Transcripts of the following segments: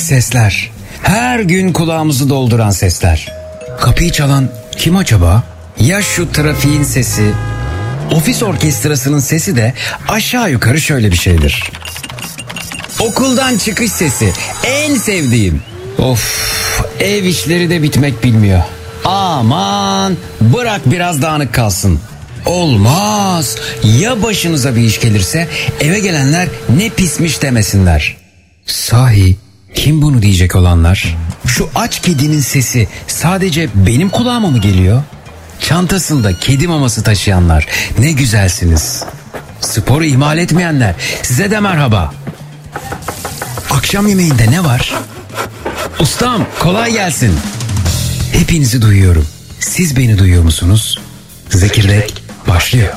Sesler. Her gün kulağımızı dolduran sesler. Kapıyı çalan kim acaba? Ya şu trafiğin sesi, ofis orkestrasının sesi de aşağı yukarı şöyle bir şeydir. Okuldan çıkış sesi, en sevdiğim. Of, ev işleri de bitmek bilmiyor. Aman, bırak biraz dağınık kalsın. Olmaz. Ya başınıza bir iş gelirse eve gelenler ne pismiş demesinler. Sahi kim bunu diyecek olanlar? Şu aç kedinin sesi sadece benim kulağıma mı geliyor? Çantasında kedi maması taşıyanlar ne güzelsiniz. Sporu ihmal etmeyenler size de merhaba. Akşam yemeğinde ne var? Ustam kolay gelsin. Hepinizi duyuyorum. Siz beni duyuyor musunuz? Zekirdek başlıyor.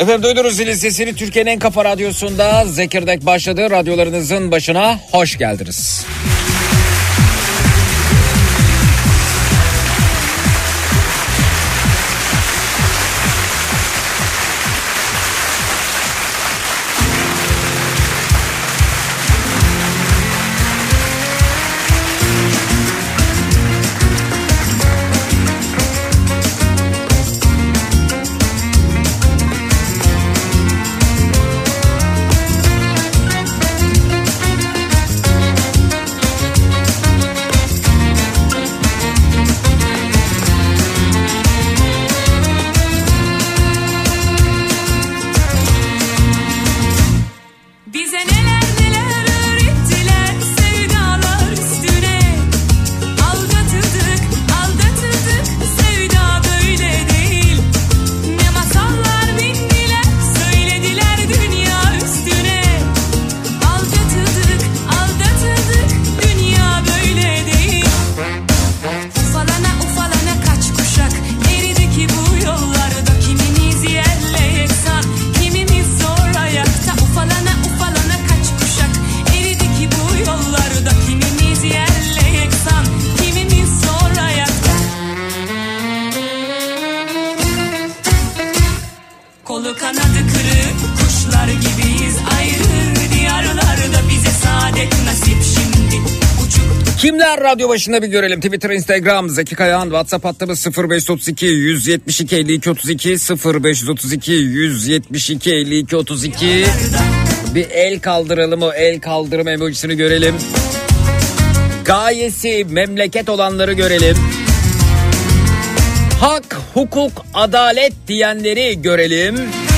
Efendim duydunuz zilin sesini, Türkiye'nin en kafa radyosunda Zekirdek başladı. Radyolarınızın başına hoş geldiniz. Kimler radyo başında bir görelim. Twitter, Instagram, Zeki Kayağan, WhatsApp hattımız 0532 172 52 32 0532 172 52 32. Bir el kaldıralım, o el kaldırım emojisini görelim. Gayesi memleket olanları görelim. Hak, hukuk, adalet diyenleri görelim.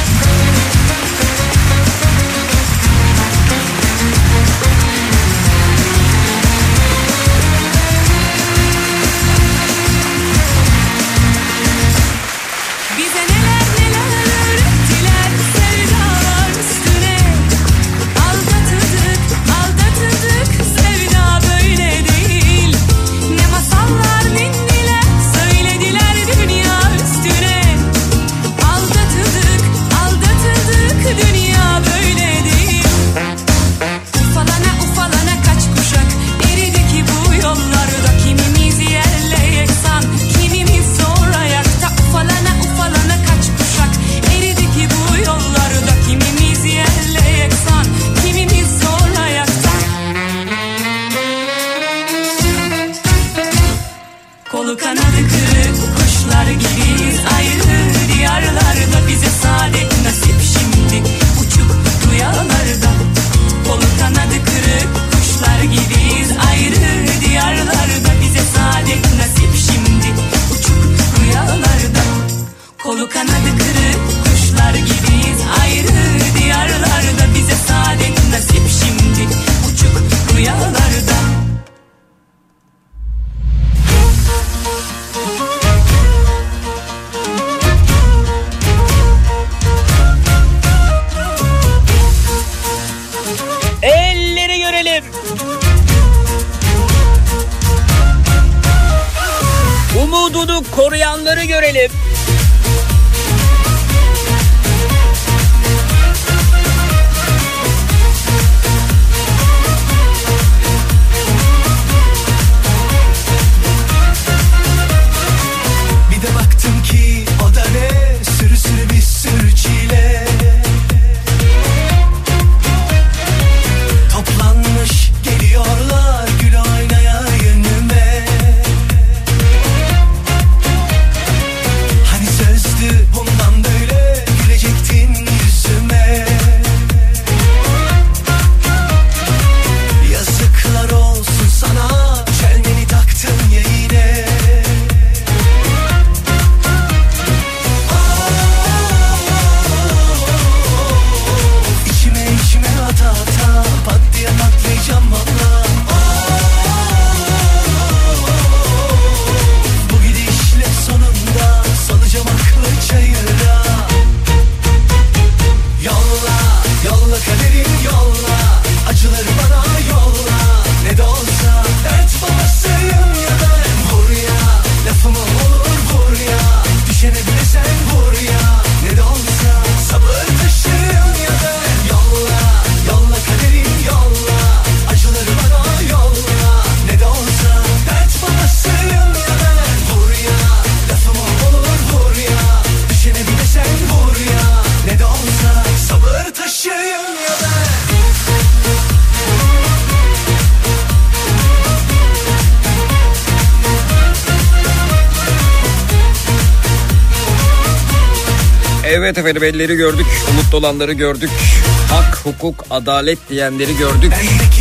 Umudunu koruyanları görelim. Bir de baktım ki o da ne, sürü sürü bir sürü çile. Toplanmış geliyorlar gül oynaya yönüme. Evet efendim, elleri gördük, umutlu olanları gördük. Hak, hukuk, adalet diyenleri gördük.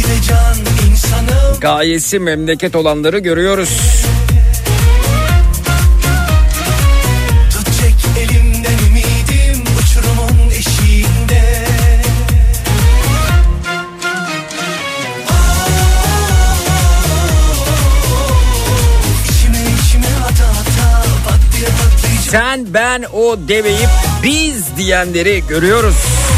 Gayesi memleket olanları görüyoruz. Sen, ben, o demeyip biz diyenleri görüyoruz.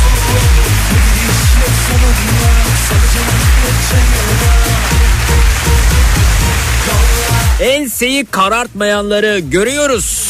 Enseyi karartmayanları görüyoruz.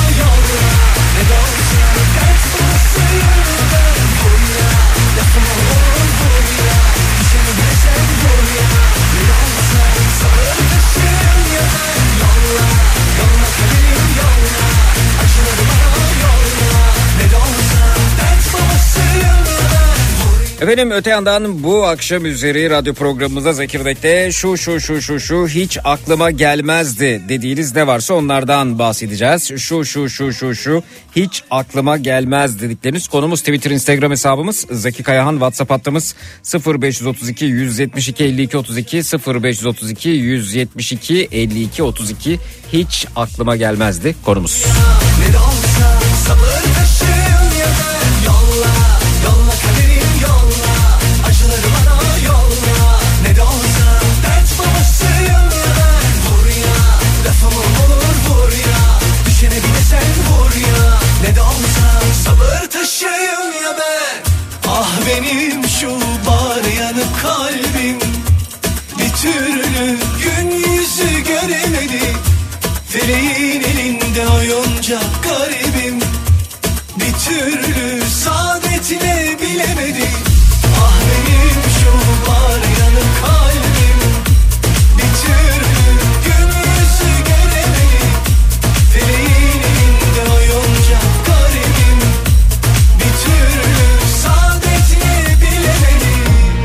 Efendim, öte yandan bu akşam üzeri radyo programımızda Zekirdek'te şu hiç aklıma gelmezdi dediğiniz ne varsa onlardan bahsedeceğiz. Şu hiç aklıma gelmez dedikleriniz konumuz. Twitter, Instagram hesabımız Zeki Kayahan, WhatsApp hattımız 0532 172 52 32 0532 172 52 32 hiç aklıma gelmezdi konumuz. Ne de olsa sabır taşıyın ya da yolla kaderim yolla, acıları bana yolla. Ne de olsa dert babasıyım ya ben, vur ya, lafım olur vur ya, düşene bir de sen vur ya. Ne de olsa sabır taşıyım ya ben. Ah benim şu bağrı yanık kalbim, bir türlü gün yüzü göremedi. Feleğin elinde oyuncak garibim, bir türlü saadetine bilemedi. Ah benim şu var yanık kalbim, bir türlü gün yüzü göremedi. Feleğin elinde oyuncak garibim, bir türlü saadetine bilemedi.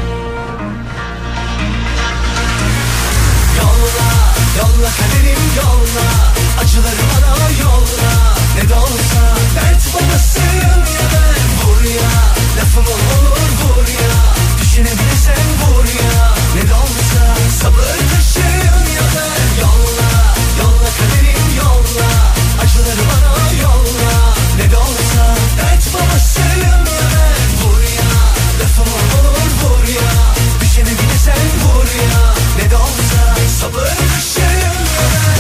Yolla kaderim yolla, acıları bana yolla. Ne de olsa dert babasıyım ya ben, vur ya, lafım olur vur ya, düşene bile sen vur ya. Ne de olsa sabır taşıyım ya ben, yolla kaderim yolla, acıları bana yolla. Ne de olsa dert babasıyım ya ben, vur ya, lafım olur vur ya, düşene bile sen vur ya. Ne de olsa sabır taşıyım ya ben.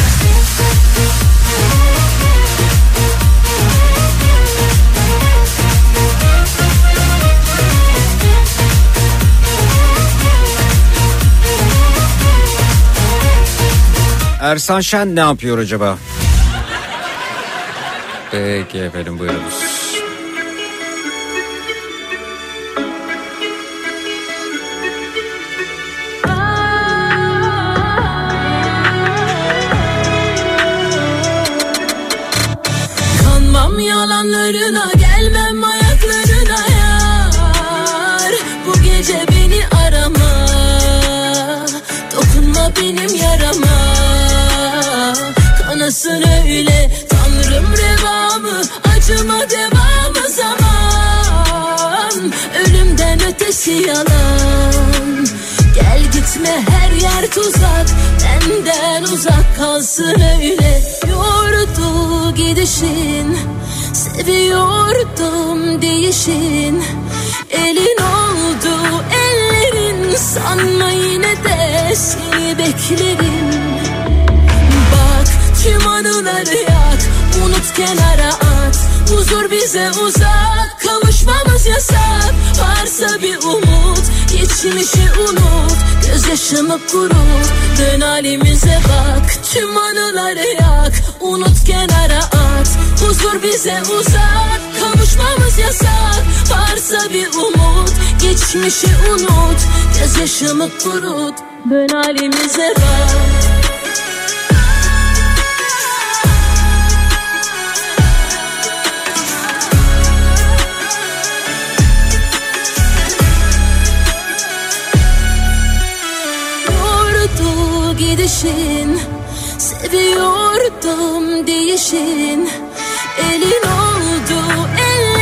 Ersan Şen ne yapıyor acaba? Peki efendim, buyurunuz. Kanmam yalanlarına, gelmem ayaklarına yar. Bu gece beni arama, dokunma benim yarama. Kanasın öyle Tanrım revamı, acıma devamı zaman. Ölümden ötesi yalan, gel gitme her yer tuzak. Benden uzak kalsın öyle, yordu gidişin. Seviyordum değişin, elin oldu ellerin. Sanma yine de seni beklerim. Bak tüm anıları yak, unut kenara at. Huzur bize uzak, kavuşmamız yasak. Varsa bir umut, geçmişi unut. Gözyaşımı kurut, dön halimize bak. Tüm anıları yak, unut kenara at. Huzur bize uzak, kavuşmamız yasak. Varsa bir umut, geçmişi unut. Gözyaşımı kurut, dön halimize bak. Gidişin, seviyordum değişin. Elin oldu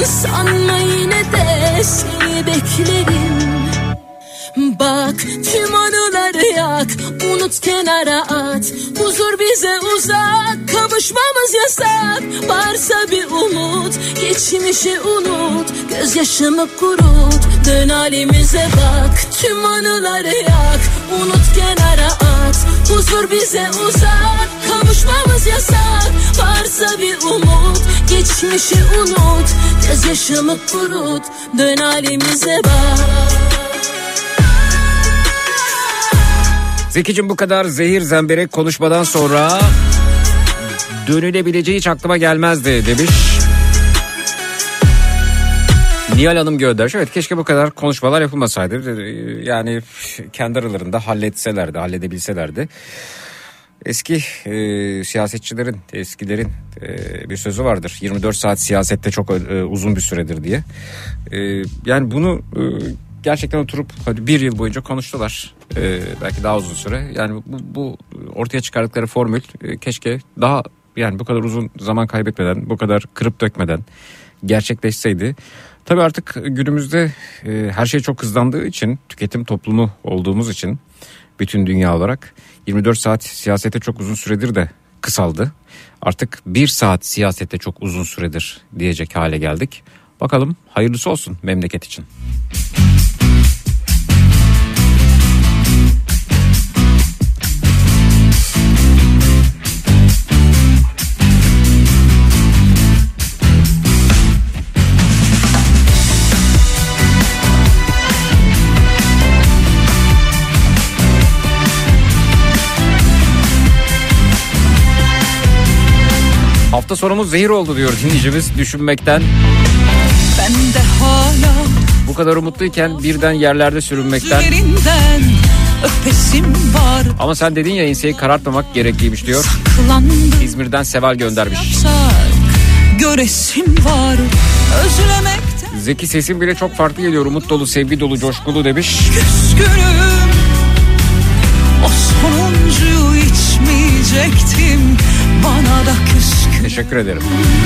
sanma yine de seni beklerim. Bak tüm anıları yak, unut kenara at. Huzur bize uzak, kavuşmamız yasak. Varsa bir umut, geçmişi unut. Gözyaşımı kurut, dön halimize bak. Tüm anıları yak, unut kenara at. Huzur bize uzak, kavuşmamız yasak. Varsa bir umut, geçmişi unut. Gözyaşımı kurut, dön halimize bak. Zekicim, bu kadar zehir zemberek konuşmadan sonra dönülebileceği hiç aklıma gelmezdi demiş. Nihal Hanım göndermiş. Evet, keşke bu kadar konuşmalar yapılmasaydı. Yani kendi aralarında halledebilselerdi. Eski siyasetçilerin, eskilerin bir sözü vardır. 24 saat siyasette çok uzun bir süredir diye. Yani bunu gerçekten oturup hadi bir yıl boyunca konuştular. Belki daha uzun süre. Yani bu ortaya çıkardıkları formül keşke daha, yani bu kadar uzun zaman kaybetmeden, bu kadar kırıp dökmeden gerçekleşseydi. Tabii artık günümüzde her şey çok hızlandığı için, tüketim toplumu olduğumuz için bütün dünya olarak 24 saat siyasete çok uzun süredir de kısaldı. Artık 1 saat siyasete çok uzun süredir diyecek hale geldik. Bakalım, hayırlısı olsun memleket için. Hafta sonumuz zehir oldu diyor dinleyicimiz düşünmekten. Ben de hala bu kadar umutluyken birden yerlerde sürünmekten. Öpesim var. Ama sen dedin ya, enseyi karartmamak gerekliymiş diyor. Saklandım. İzmir'den Seval göndermiş. Göresim var. Özlemekten. Zeki, sesin bile çok farklı geliyor. Umut dolu, sevgi dolu, coşkulu demiş. Küskünüm. O sonuncuyu içmeyecektim. Bana da küskün. Teşekkür ederim.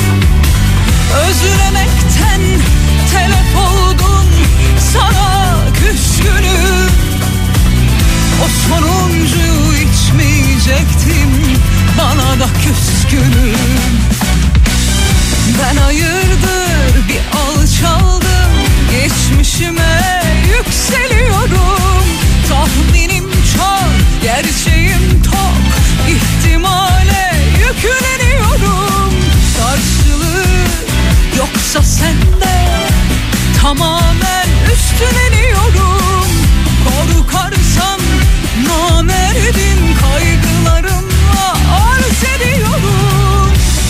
Özlemekten telef oldum. Sana küskünüm. O sonuncuyu içmeyecektim. Bana da küskünüm. Ben hayırdır bir alçaldım. Geçmişime yükseliyorum. Tahminim çok, gerçeğim tok. İhtimale yükleniyorum. Karşılığı yoksa sende tamamen üstleniyorum. Korkarsam namerdim, kaygılarımla arz ediyorum.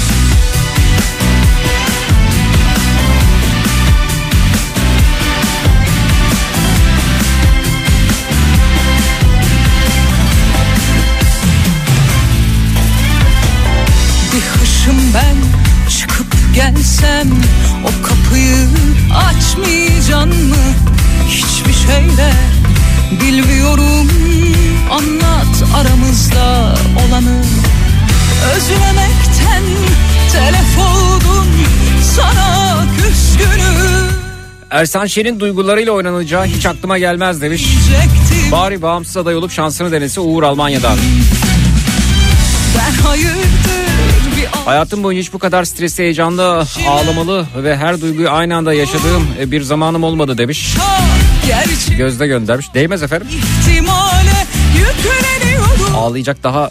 Bir hışım ben çıkıp gelsem, o kapıyı açmayacaksın mı? Hiçbir şeyle bilmiyorum, anlat aramızda olanı. Özlemekten telef oldum, sana küskünüm. Ersan Şen'in duygularıyla oynanacağı hiç aklıma gelmez demiş. Bari bağımsız aday olup şansını denese Uğur Almanya'dan. Ben hayırdır bir hayatım boyunca hiç bu kadar stresli, heyecanlı, ağlamalı ve her duyguyu aynı anda yaşadığım bir zamanım olmadı demiş. Gözde göndermiş. Değmez efendim. Ağlayacak daha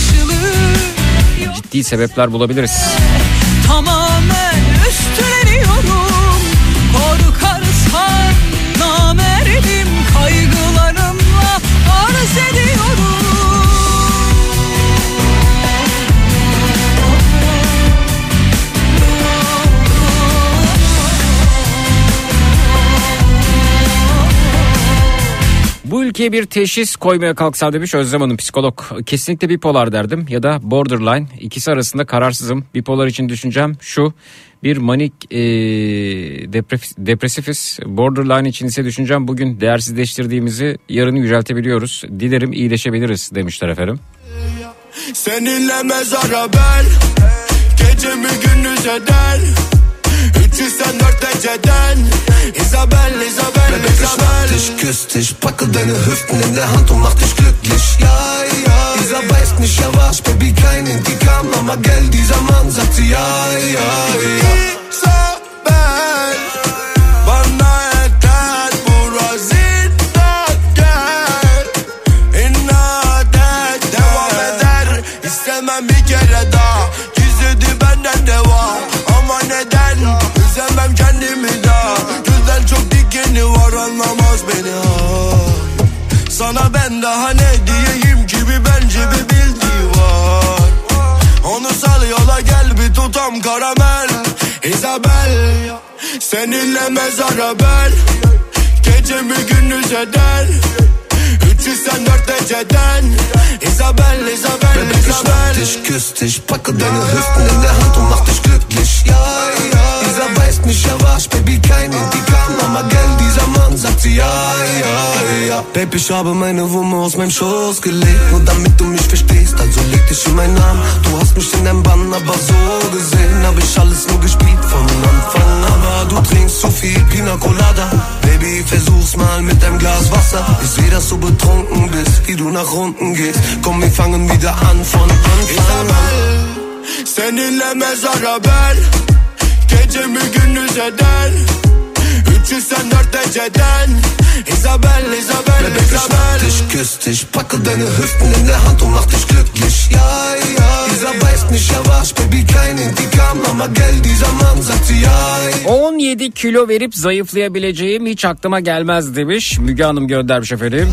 ciddi sebepler bulabiliriz. Tamamen üstleniyorum. Korkarsan namerdim, kaygılarımla arz ediyorum. Bu ülkeye bir teşhis koymaya kalksam demiş Özlem Hanım, psikolog. Kesinlikle bipolar derdim ya da borderline. İkisi arasında kararsızım. Bipolar için düşüncem şu: bir manik depresifiz. Borderline için ise düşüncem bugün değersizleştirdiğimizi yarın yüceltebiliyoruz. Dilerim iyileşebiliriz demişler efendim. Seninle mezara bel, gecemi gündüz eder. 304 dereceden Isabel, Isabel, Isabel. Dich, küss dich, packe deine Hüften in der Hand und mach dich glücklich. Ja, ja, Isa weiß nicht, ja was, Baby, kein Intikam, aber gell, dieser Mann sagt sie ja, ja, ja. Isabel, bana yeter burasında gel. İnat et, devam eder, istemem bir kere daha. Gizledi benden de var, ama neden? Üzemem kendimi daha. Gülden çok dikeni var, anlamaz beni ha. Sana ben daha ne diyeyim ki, bir bence bir bildiği var. Onu sal yola gel, bir tutam karamel. Isabel, seninle mezara bel. Gecemi gündüz eder, 304 dereceden Isabel, Isabel, Isabel. Dich, küss dich, packe deine Hüften in der Hand und mach dich glücklich. Ja, ja, Isa weiß nicht, ja was, Baby, kein Intikam, aber gell, dieser Mann sagt sie ja, ja, ja. Baby, ich habe meine Wumme aus meinem Schoß gelegt, nur damit du mich verstehst, also leg dich in meinen Arm. Du hast mich in deinem Bann aber so gesehen, hab ich alles nur gespielt von Anfang. Aber du trinkst zu viel Pina Colada, Baby, versuch's mal mit einem Glas Wasser. Ich seh, dass du betrunken bist, wie du nach unten gehst. Komm, wir fangen wieder an von Anfang an. Seninle mezara bel. Gecemi gündüz eder, 304 dereceden Isabel, Isabel, Isabel. Dich, küss dich, packe deine Hüften in der Hand und mach dich glücklich. Ja, ja, Isa weiß nicht, ja was, Baby, kein Intikam, ama gel, dieser Mann sagt sie ja. 17 kilo verip zayıflayabileceğim hiç aklıma gelmez demiş. Müge Hanım göndermiş efendim.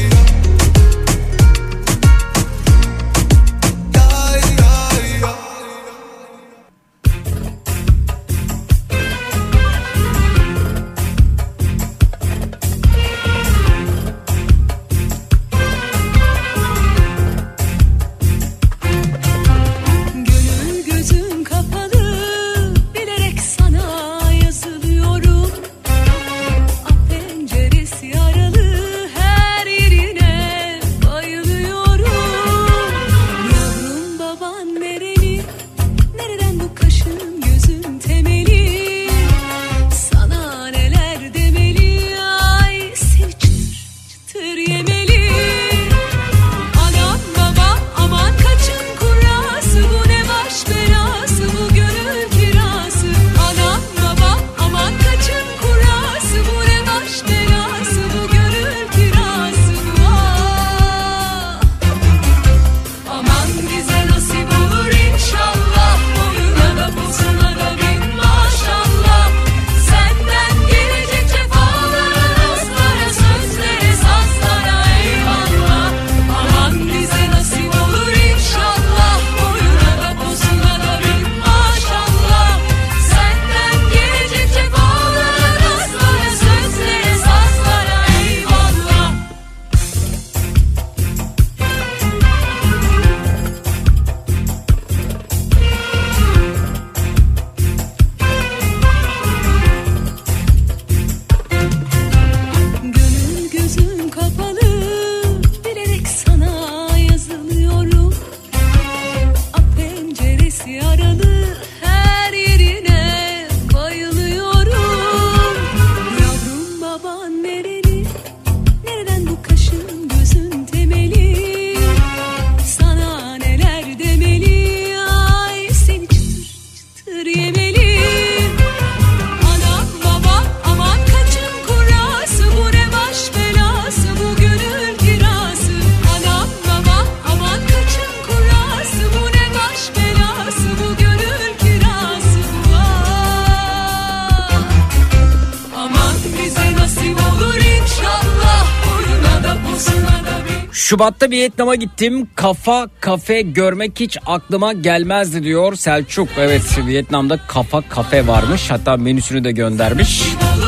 Şubat'ta Vietnam'a gittim. Kafa kafe görmek hiç aklıma gelmezdi diyor Selçuk. Evet, Vietnam'da kafa kafe varmış. Hatta menüsünü de göndermiş.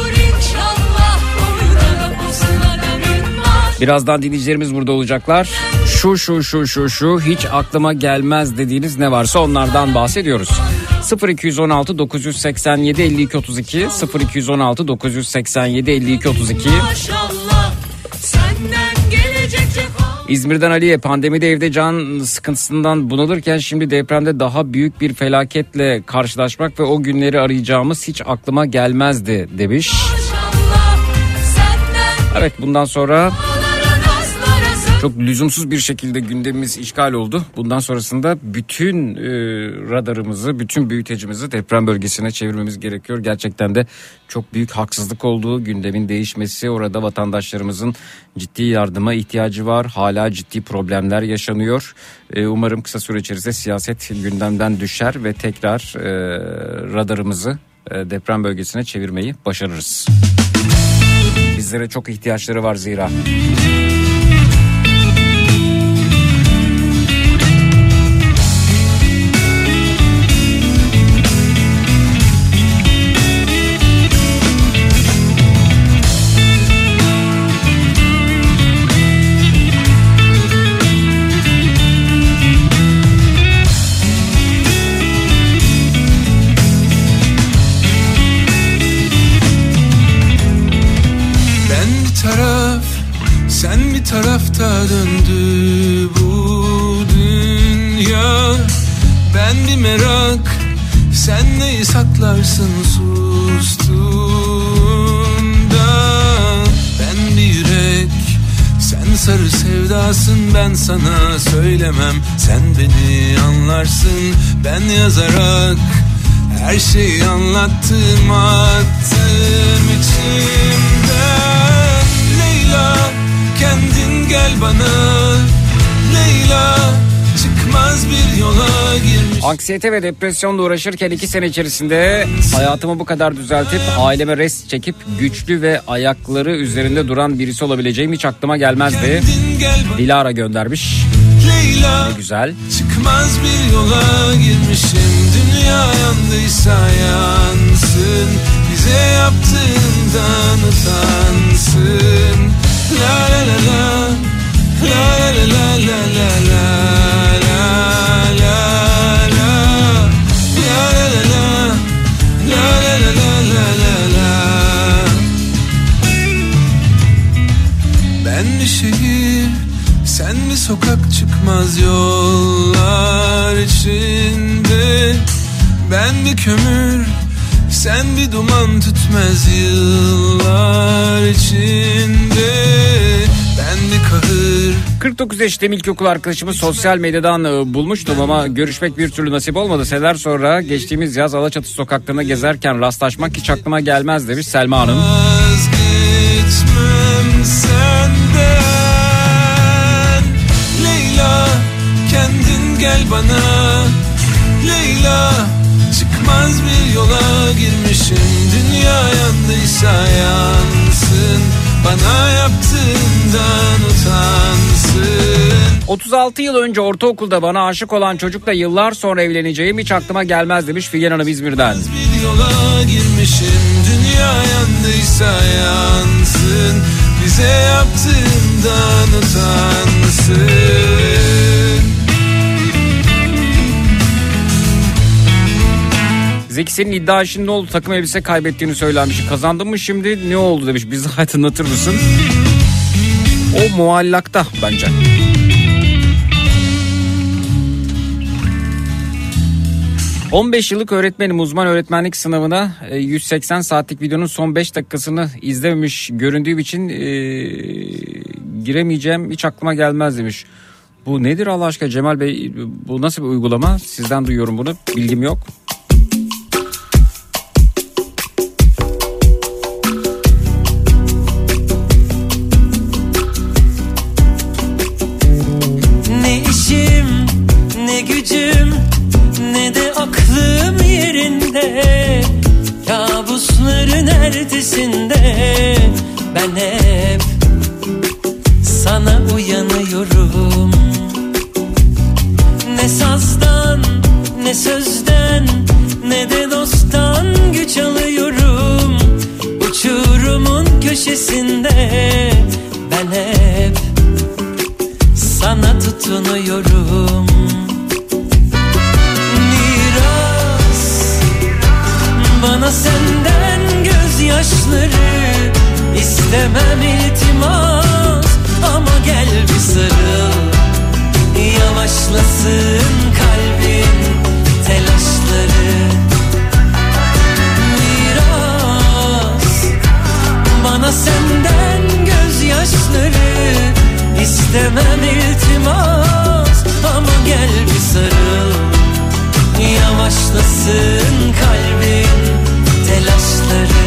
Birazdan dinleyicilerimiz burada olacaklar. Şu hiç aklıma gelmez dediğiniz ne varsa onlardan bahsediyoruz. 0216 987 52 32 0216 987 52 32. İzmir'den Ali'ye, pandemide evde can sıkıntısından bunalırken şimdi depremde daha büyük bir felaketle karşılaşmak ve o günleri arayacağımız hiç aklıma gelmezdi demiş. Evet, bundan sonra çok lüzumsuz bir şekilde gündemimiz işgal oldu. Bundan sonrasında bütün radarımızı, bütün büyütecimizi deprem bölgesine çevirmemiz gerekiyor. Gerçekten de çok büyük haksızlık olduğu, gündemin değişmesi, orada vatandaşlarımızın ciddi yardıma ihtiyacı var. Hala ciddi problemler yaşanıyor. Umarım kısa süre içerisinde siyaset gündemden düşer ve tekrar radarımızı deprem bölgesine çevirmeyi başarırız. Bizlere çok ihtiyaçları var zira. Sen bir tarafta döndü bu dünya. Ben bir merak, sen neyi saklarsın sustuğunda. Ben bir yürek, sen sarı sevdasın. Ben sana söylemem, sen beni anlarsın. Ben yazarak her şeyi anlattım, attım içimden. Leyla, kendin gel bana. Leyla, çıkmaz bir yola girmiş. Anksiyete ve depresyonla uğraşırken 2 sene içerisinde hayatımı bu kadar düzeltip aileme rest çekip güçlü ve ayakları üzerinde duran birisi olabileceğim hiç aklıma gelmezdi. Dilara göndermiş. Leyla, ne güzel. Çıkmaz bir yola girmişim. Dünya yandıysa yansın, bize yaptığından utansın. La la la la, la la la la la la la la la, la la la la, la la la la la. Ben bir şehir, sen bir sokak, çıkmaz yollar içinde. Ben bir kömür, sen bir duman, tütmez yıllar içinde. Ben bir kahır. 49 yaşındayım, ilkokul arkadaşımı sosyal medyadan bulmuştum ama görüşmek bir türlü nasip olmadı. Seneler sonra geçtiğimiz yaz Alaçatı sokaklarına gezerken rastlaşmak hiç aklıma gelmez demiş Selma Hanım. Vazgeçmem senden. Leyla, kendin gel bana. Leyla, çıkmaz bir yola girmişim. Dünya yandıysa yansın, bana yaptığından utansın. 36 yıl önce ortaokulda bana aşık olan çocukla yıllar sonra evleneceğim hiç aklıma gelmez demiş Figen Hanım İzmir'den. Bir yola girmişim. Dünya yandıysa yansın, bize yaptığından utansın. Zeki, senin iddia işin ne oldu? Takım elbise kaybettiğini söylenmiş. Kazandın mı şimdi? Ne oldu demiş. Bizi aydınlatır mısın? O muallakta bence. ...15 yıllık öğretmenim, uzman öğretmenlik sınavına 180 saatlik videonun son 5 dakikasını izlememiş göründüğüm için giremeyeceğim, hiç aklıma gelmez demiş. Bu nedir Allah aşkına Cemal Bey? Bu nasıl bir uygulama? Sizden duyuyorum bunu. Bilgim yok. Ne işim, ne gücüm, ne de aklım yerinde. Kabusların ertesinde ben hep sana uyanıyorum. Ne sazdan, ne sözden, ne de dosttan güç alıyorum. Uçurumun köşesinde ben hep sana tutunuyorum. Miras bana senden gözyaşları, istemem iltimas, ama gel bir sarıl. Yavaşlasın kalbin telaşları. Miras bana senden gözyaşları. İstemem iltimas ama gel bir sarıl. Yavaşlasın kalbin telaşları.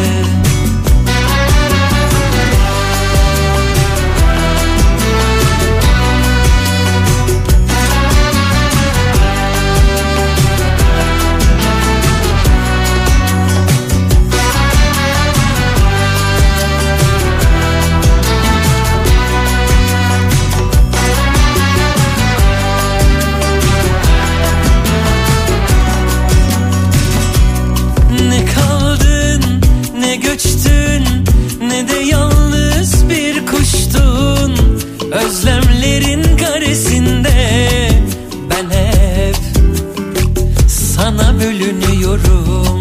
Ne de yalnız bir kuştun. Özlemlerin karesinde ben hep sana bölünüyorum.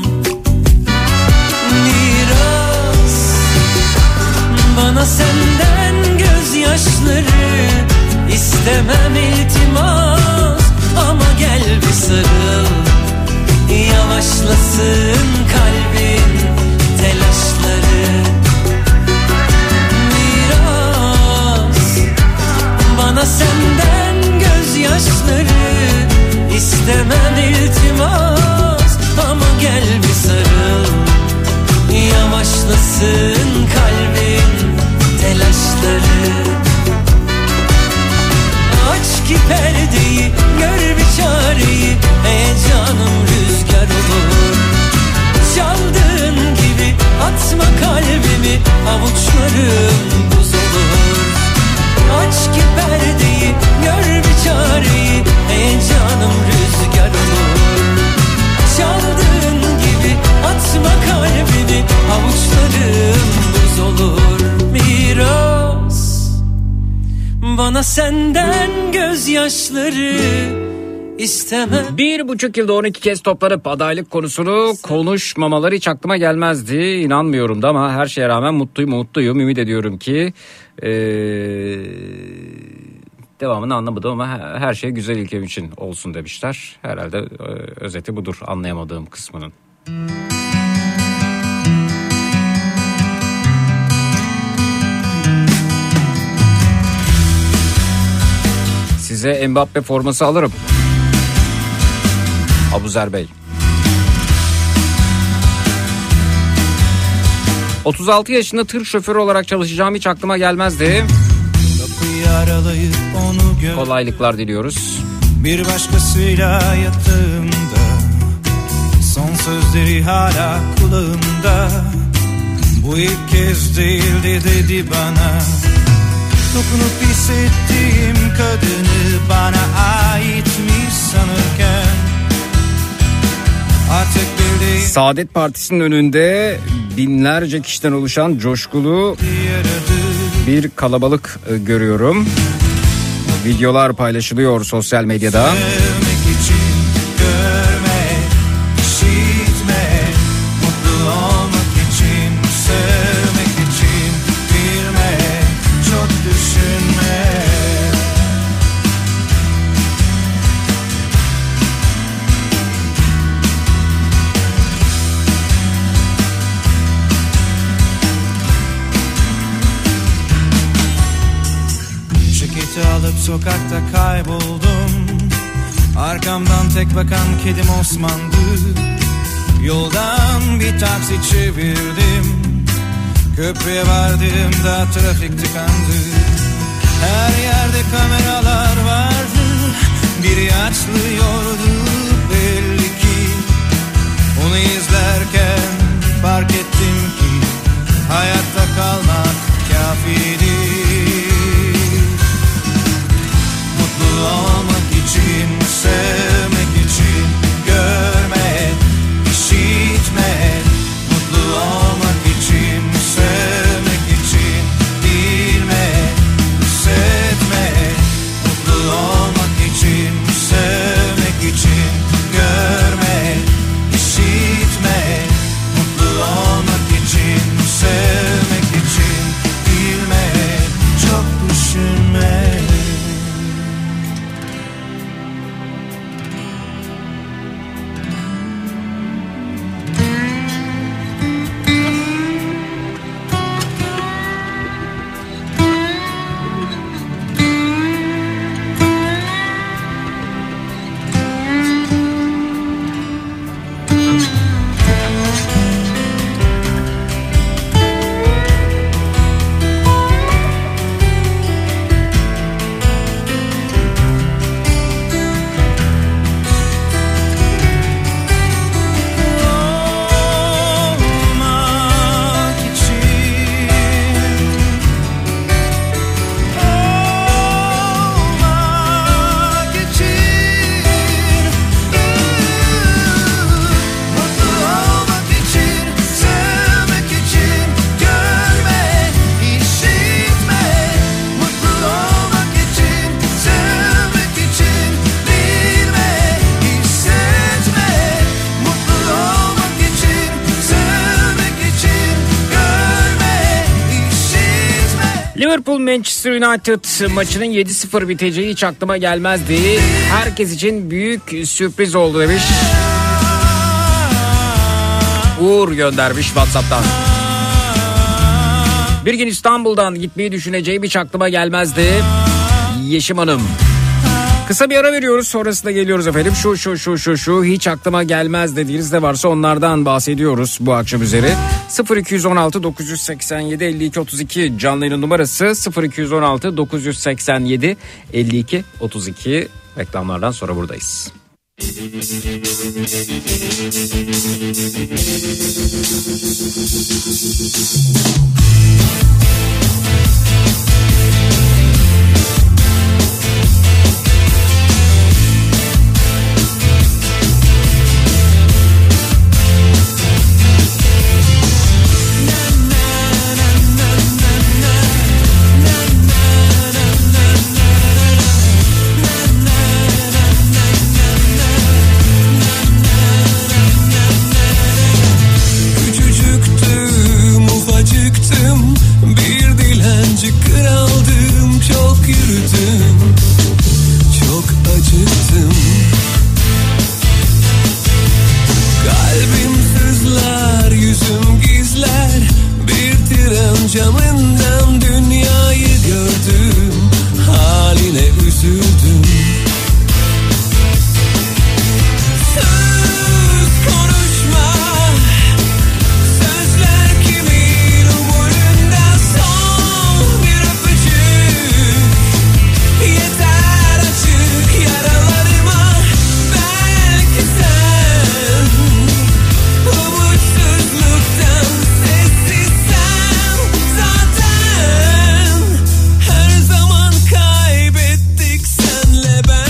Miras bana senden gözyaşları. İstemem iltimas ama gel bir sarıl. Yavaşlasın kalbin telaşları. Miras bana senden gözyaşları. İstemem iltimas ama gel bir sarıl. Yavaşlasın kalbin telaşları. Aç ki perdeyi, gör bir çareyi. Heyecanım rüzgar olur. Çaldığın gibi atma kalbimi, avuçlarım buz olur. Aç ki perdeyi, gör bir çareyi. Heyecanım rüzgar olur. Çaldığın gibi atma kalbimi, avuçlarım buz olur. Miras bana senden gözyaşları. İstemem. 1,5 yılda 12 kez toplanıp adaylık konusunu konuşmamaları hiç aklıma gelmezdi. İnanmıyorum da ama her şeye rağmen mutluyum. Ümit ediyorum ki devamını anlamadım ama her şey güzel ülkem için olsun demişler. Herhalde özeti budur, anlayamadığım kısmının. Size Mbappe forması alırım. Abuzer Bey. 36 yaşında tır şoförü olarak çalışacağım hiç aklıma gelmezdi. Kolaylıklar diliyoruz. Bir başkasıyla yatağımda, son sözleri hala kulağımda. Bu ilk kez değildi dedi bana. Dokunup hissettiğim kadını bana aitmiş sanırken artık bildiğim... Saadet Partisi'nin önünde binlerce kişiden oluşan coşkulu bir kalabalık görüyorum. Videolar paylaşılıyor sosyal medyada. Sevmek için görmek, işitmek, mutlu olmak için, sevmek için bilmek, çok düşünmek. Ceketi alıp sokakta kayboldum. Arkamdan tek bakan kedim Osman'dı. Yoldan bir taksi çevirdim. Köprüye vardığımda trafik tıkandı. Her yerde kameralar vardı. Biri açlıyordu belli ki. Onu izlerken fark ettim ki hayatta kalmak kafiydi. Mutlu olmak için, sevmek için, görmek, işitmek. Mutlu olmak için, sevmek için, bilmek, hissetmek. Mutlu olmak için, sevmek. Liverpool Manchester United maçının 7-0 biteceği hiç aklıma gelmezdi. Herkes için büyük sürpriz oldu demiş. Uğur göndermiş WhatsApp'tan. Bir gün İstanbul'dan gitmeyi düşüneceğim hiç aklıma gelmezdi. Yeşim Hanım. Kısa bir ara veriyoruz, sonrasında geliyoruz efendim. Şu hiç aklıma gelmez dediğiniz ne varsa onlardan bahsediyoruz bu akşam üzeri. 0216 987 52 32 canlı yayın numarası 0216 987 52 32. Reklamlardan sonra buradayız. Kraldım, çok yürüdüm, çok acıktım. Kalbim sızlar, yüzüm gizler. Bir tren camından dünyayı gördüm, haline üzüldüm. Söz konuşma, sözler kimin umurunda? Son bir öpücük yeter, açık yaralarıma. Belki sen umutsuzluktan sessizsen, zaten her zaman kaybettik senle ben.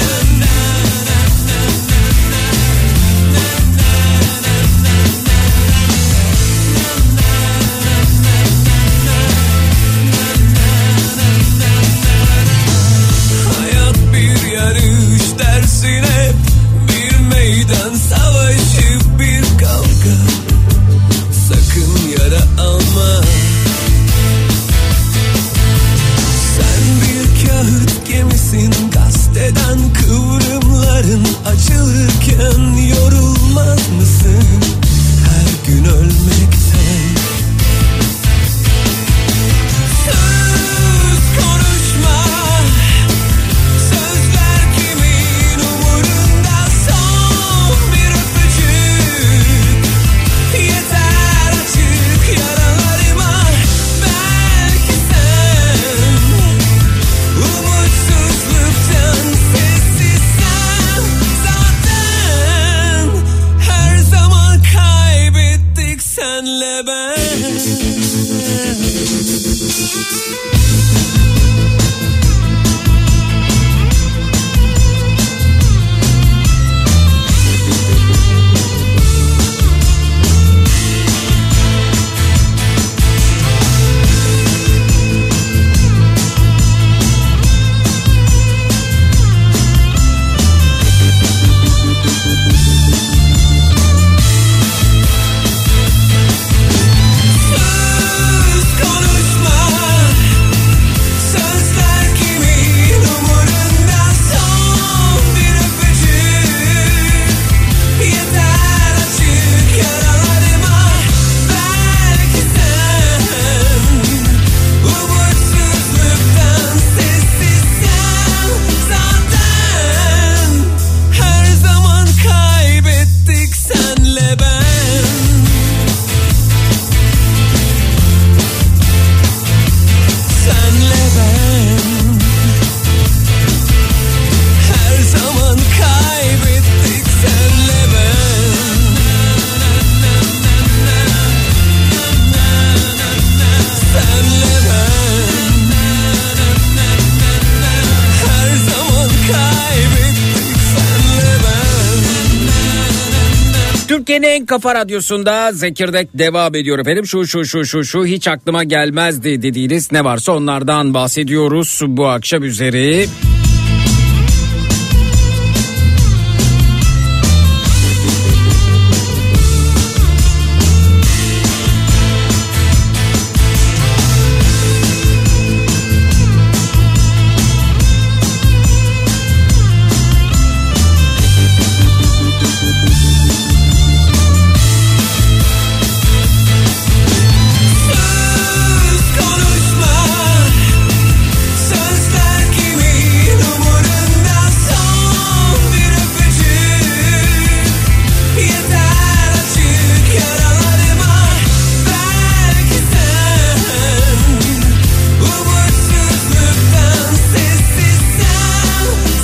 Hayat bir yarış dersine, bir meydan savaşı, bir kavga. Sakın yara alma. Sen bir kağıt gemisin, gazeteden kıvrımların açılırken yorulmaz mısın her gün ölmekten? Söz konuşma, sözler kimin umurunda? Son bir öpücük yeter, açık yaralarıma. Belki sen umutsuzluktan sessizsen, zaten her zaman kaybettik senle ben. Söz konuşma, sözler kimin umurunda? Son bir öpücük yeter, açık yaralarıma. Belki sen umutsuzluktan sessizsen, zaten her zaman kaybettik senle ben. Senle ben her zaman kaybettik senle ben. Senle ben her zaman kaybettik senle ben. Türkiye'nin en kafa radyosunda Zekirdek devam ediyor efendim. Şu hiç aklıma gelmezdi dediğiniz ne varsa onlardan bahsediyoruz bu akşam üzeri.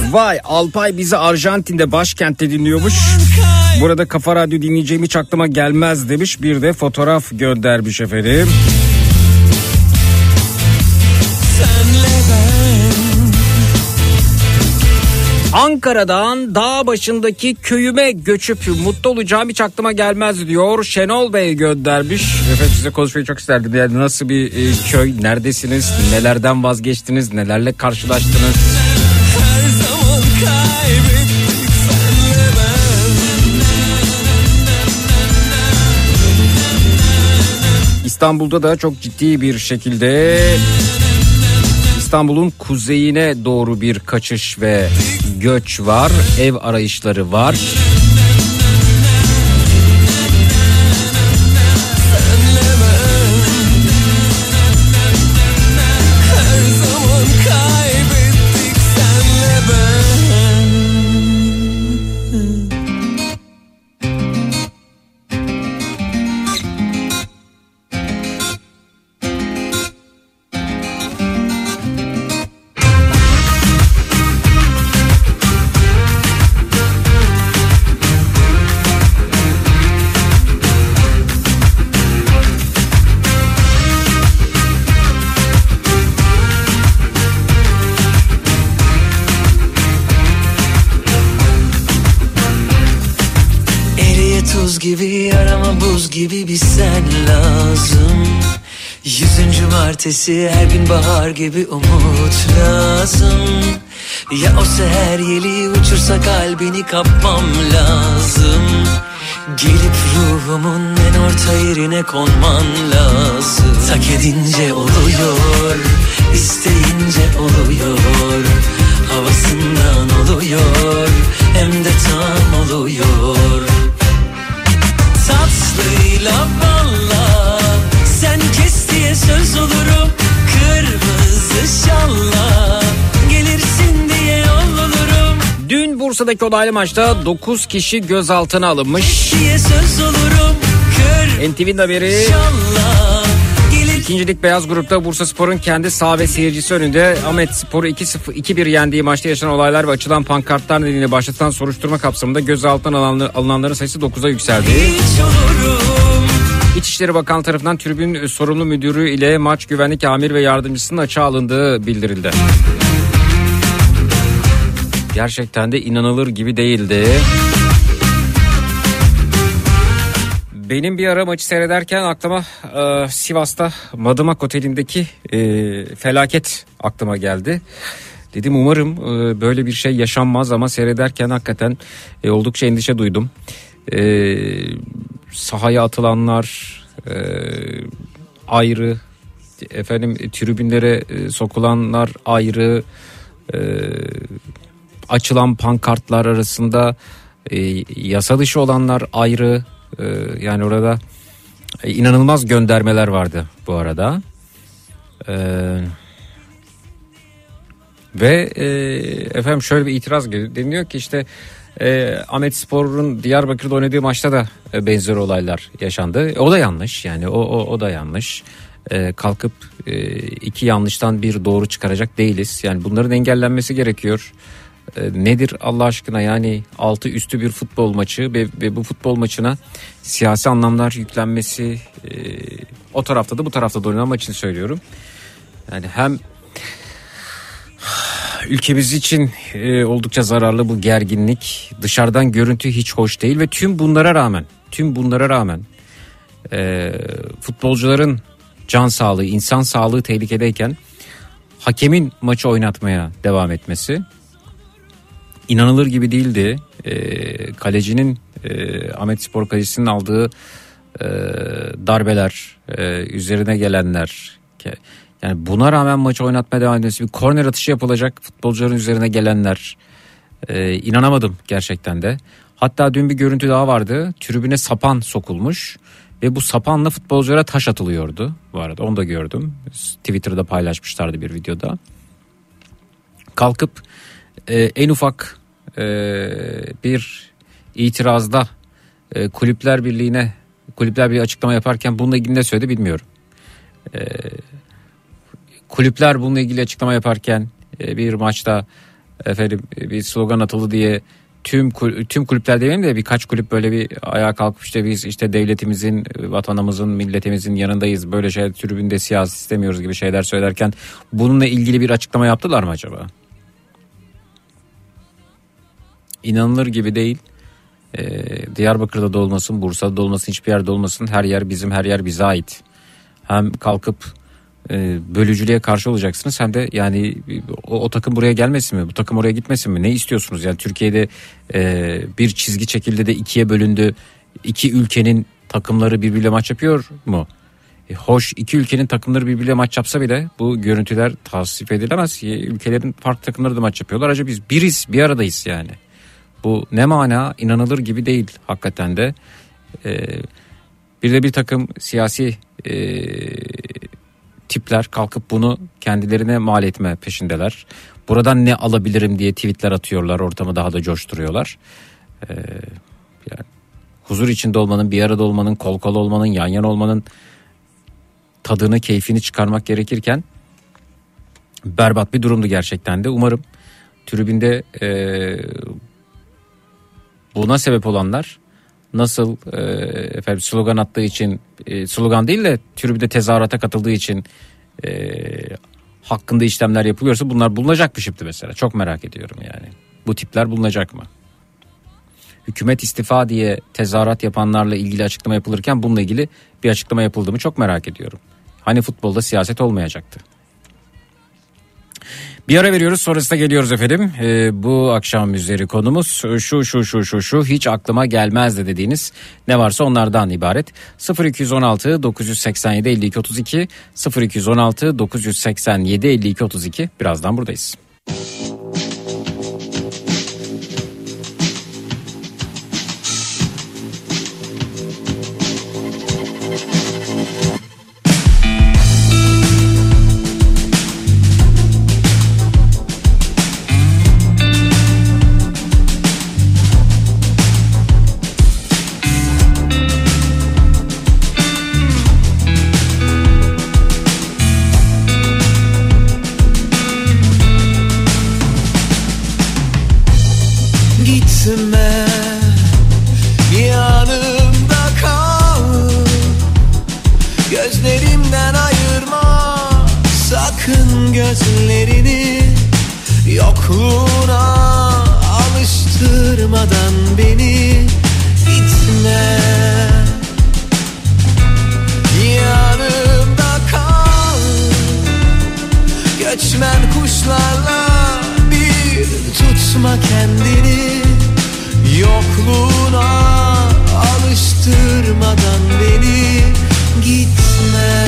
Vay, Alpay bizi Arjantin'de başkentte dinliyormuş. Burada Kafa Radyo dinleyeceğim hiç aklıma gelmez demiş. Bir de fotoğraf göndermiş efendim. Ankara'dan dağ başındaki köyüme göçüp mutlu olacağım hiç aklıma gelmez diyor. Şenol Bey göndermiş. Efendim size konuşmayı çok isterdim. Yani nasıl bir köy, neredesiniz, nelerden vazgeçtiniz, nelerle karşılaştınız? Her zaman kaybettik senle ben. İstanbul'da da çok ciddi bir şekilde İstanbul'un kuzeyine doğru bir kaçış ve göç var. Ev arayışları var. Her zaman kaybettik senle ben. Gibi arama buz gibi bir sen lazım. 100. martesi her gün bahar gibi umut lazım. Ya o seher yeli uçursa kalbini kapmam lazım. Gelip ruhumun en orta yerine konman lazım. Tak edince oluyor, isteyince oluyor. Havasından oluyor, hem de tam oluyor. Tatlıyla balla sen kes diye söz olurum. Kırmızı şalla gelirsin diye yol olurum. Dün Bursa'daki olaylı maçta 9 kişi gözaltına alınmış. Diye söz olurum. NTV'nin haberi. Şalla İkincilik beyaz grupta Bursaspor'un kendi saha ve seyircisi önünde Ahmetspor'u 2-1 yendiği maçta yaşanan olaylar ve açılan pankartlar nedeniyle başlatılan soruşturma kapsamında gözaltına alınanların sayısı 9'a yükseldi. İçişleri Bakanlığı tarafından tribün sorumlu müdürü ile maç güvenlik amir ve yardımcısının açığa alındığı bildirildi. Gerçekten de inanılır gibi değildi. Benim bir ara maçı seyrederken aklıma Sivas'ta Madımak Oteli'ndeki felaket aklıma geldi. Dedim umarım böyle bir şey yaşanmaz ama seyrederken hakikaten oldukça endişe duydum. Sahaya atılanlar ayrı, efendim tribünlere sokulanlar ayrı, açılan pankartlar arasında yasa dışı olanlar ayrı. Yani orada inanılmaz göndermeler vardı bu arada. Ve efendim şöyle bir itiraz geliyor. Deniyor ki işte Ahmetspor'un Diyarbakır'da oynadığı maçta da benzer olaylar yaşandı. O da yanlış, yani o da yanlış. Kalkıp iki yanlıştan bir doğru çıkaracak değiliz. Yani bunların engellenmesi gerekiyor. Nedir Allah aşkına, yani altı üstü bir futbol maçı ve bu futbol maçına siyasi anlamlar yüklenmesi, o tarafta da bu tarafta da oynanan maçını söylüyorum. Yani hem ülkemiz için oldukça zararlı bu gerginlik, dışarıdan görüntü hiç hoş değil ve tüm bunlara rağmen futbolcuların can sağlığı, insan sağlığı tehlikedeyken hakemin maçı oynatmaya devam etmesi inanılır gibi değildi. Kalecinin, Ahmetspor kalecisinin aldığı darbeler, üzerine gelenler, yani buna rağmen maçı oynatmaya devam etmesi, bir korner atışı yapılacak, futbolcuların üzerine gelenler, inanamadım gerçekten de. Hatta dün bir görüntü daha vardı, tribüne sapan sokulmuş ve bu sapanla futbolculara taş atılıyordu. Bu arada onu da gördüm, Twitter'da paylaşmışlardı bir videoda. Kalkıp en ufak bir itirazda Kulüpler Birliği'ne bir açıklama yaparken bununla ilgili ne söyledi bilmiyorum. Kulüpler bununla ilgili açıklama yaparken bir maçta efendim bir slogan atıldı diye tüm kulüpler demeyeyim de birkaç kulüp böyle bir ayağa kalkıp işte biz işte devletimizin, vatanımızın, milletimizin yanındayız, böyle şey tribünde siyaset istemiyoruz gibi şeyler söylerken bununla ilgili bir açıklama yaptılar mı acaba? İnanılır gibi değil. Diyarbakır'da da olmasın, Bursa'da da olmasın, hiçbir yerde olmasın, her yer bizim, her yer bize ait. Hem kalkıp bölücülüğe karşı olacaksınız hem de yani o takım buraya gelmesin mi, bu takım oraya gitmesin mi, ne istiyorsunuz? Yani Türkiye'de bir çizgi çekildi de ikiye bölündü, iki ülkenin takımları birbiriyle maç yapıyor mu? Hoş, iki ülkenin takımları birbiriyle maç yapsa bile bu görüntüler tasvip edilemez. Ülkelerin farklı takımları da maç yapıyorlar. Acaba biz biriz, bir aradayız yani. Bu ne mana, inanılır gibi değil hakikaten de. Bir de bir takım siyasi tipler kalkıp bunu kendilerine mal etme peşindeler. Buradan ne alabilirim diye tweetler atıyorlar, ortamı daha da coşturuyorlar. Yani huzur içinde olmanın, bir arada olmanın, kol kola olmanın, yan yana olmanın tadını, keyfini çıkarmak gerekirken berbat bir durumdu gerçekten de. Umarım tribünde buna sebep olanlar nasıl efendim slogan attığı için, slogan değil de tribünde tezahürata katıldığı için hakkında işlemler yapılıyorsa bunlar bulunacak mı şimdi mesela? Çok merak ediyorum yani. Bu tipler bulunacak mı? Hükümet istifa diye tezahürat yapanlarla ilgili açıklama yapılırken bununla ilgili bir açıklama yapıldı mı çok merak ediyorum. Hani futbolda siyaset olmayacaktı. Bir ara veriyoruz, sonrasında geliyoruz efendim. Bu akşam üzeri konumuz şu hiç aklıma gelmezdi dediğiniz ne varsa onlardan ibaret. 0216 987 52 32 0216 987 52 32 birazdan buradayız. Gözlerini yokluğuna alıştırmadan beni gitme, yanımda kal. Göçmen kuşlarla bir tutma kendini, yokluğuna alıştırmadan beni gitme.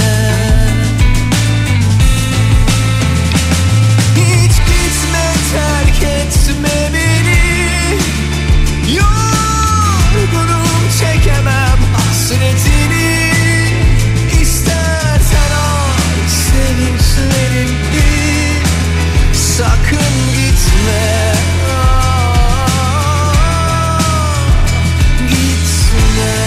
Terk etme beni, yorgunum çekemem hasretini. İstersen al sevinçlerimi, sakın gitme, gitme.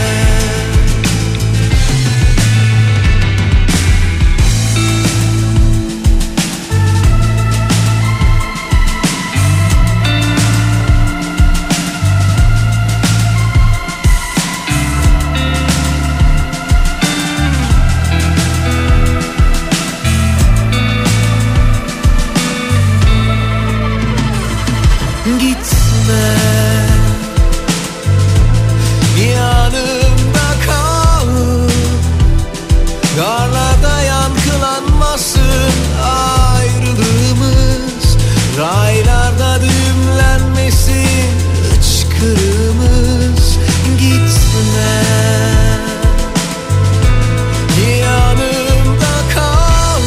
Yanımda kal, karlarda yankılanmasın ayrılığımız, raylarda düğümlenmesin hıçkırığımız. Gitme, yanımda kal,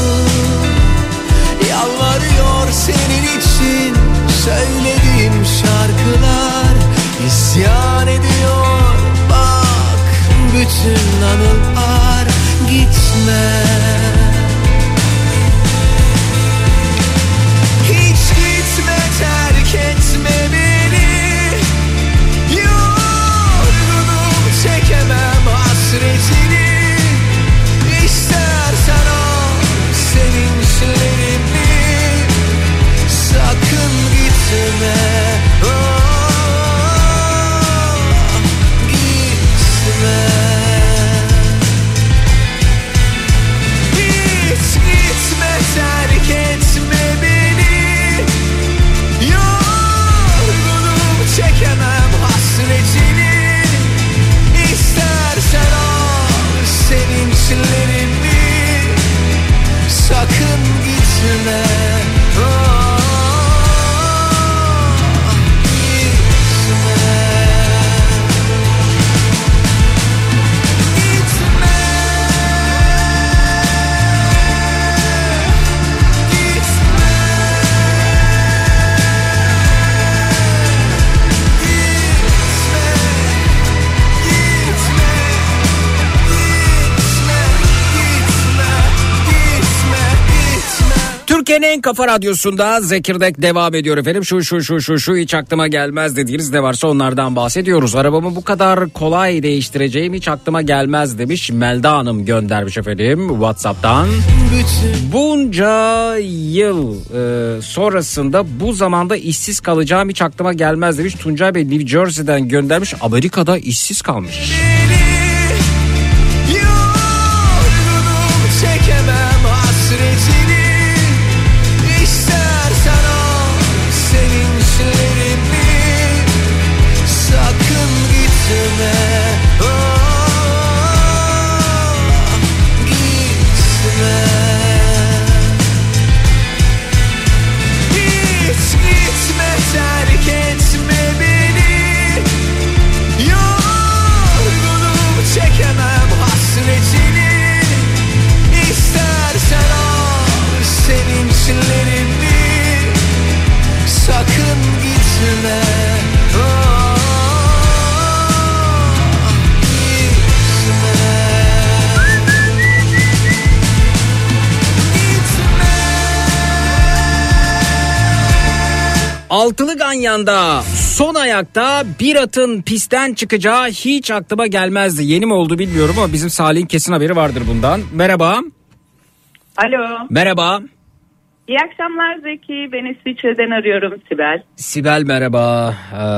yalvarıyor senin için söylediğim şarkılar, isyan ediyor bak bütün anılar. Gitme, hiç gitme, terk etme beni, yorgunum çekemem hasretini. İstersen al sevinçlerimi, sakın Türkiye'nin Kafa Radyosu'nda Zekirdek devam ediyor efendim. Şu hiç aklıma gelmez dediğiniz ne varsa onlardan bahsediyoruz. Arabamı bu kadar kolay değiştireceğim hiç aklıma gelmez demiş Melda Hanım, göndermiş efendim WhatsApp'tan. Bunca yıl sonrasında bu zamanda işsiz kalacağım hiç aklıma gelmez demiş Tuncay Bey, New Jersey'den göndermiş. Amerika'da işsiz kalmış. Çekemem hasretini, istersen al sevinçlerimi, sakın gitme, gitme. Gitme, terk etme beni, yorgunum çekemem hasretini. İstersen al sevinçlerimi, sakın gitme, Altılı Ganyan'da son ayakta bir atın pistten çıkacağı hiç aklıma gelmezdi. Yeni mi oldu bilmiyorum ama bizim Salih'in kesin haberi vardır bundan. Merhaba. Alo. Merhaba. İyi akşamlar Zeki. Ben İsviçre'den arıyorum, Sibel. Sibel merhaba.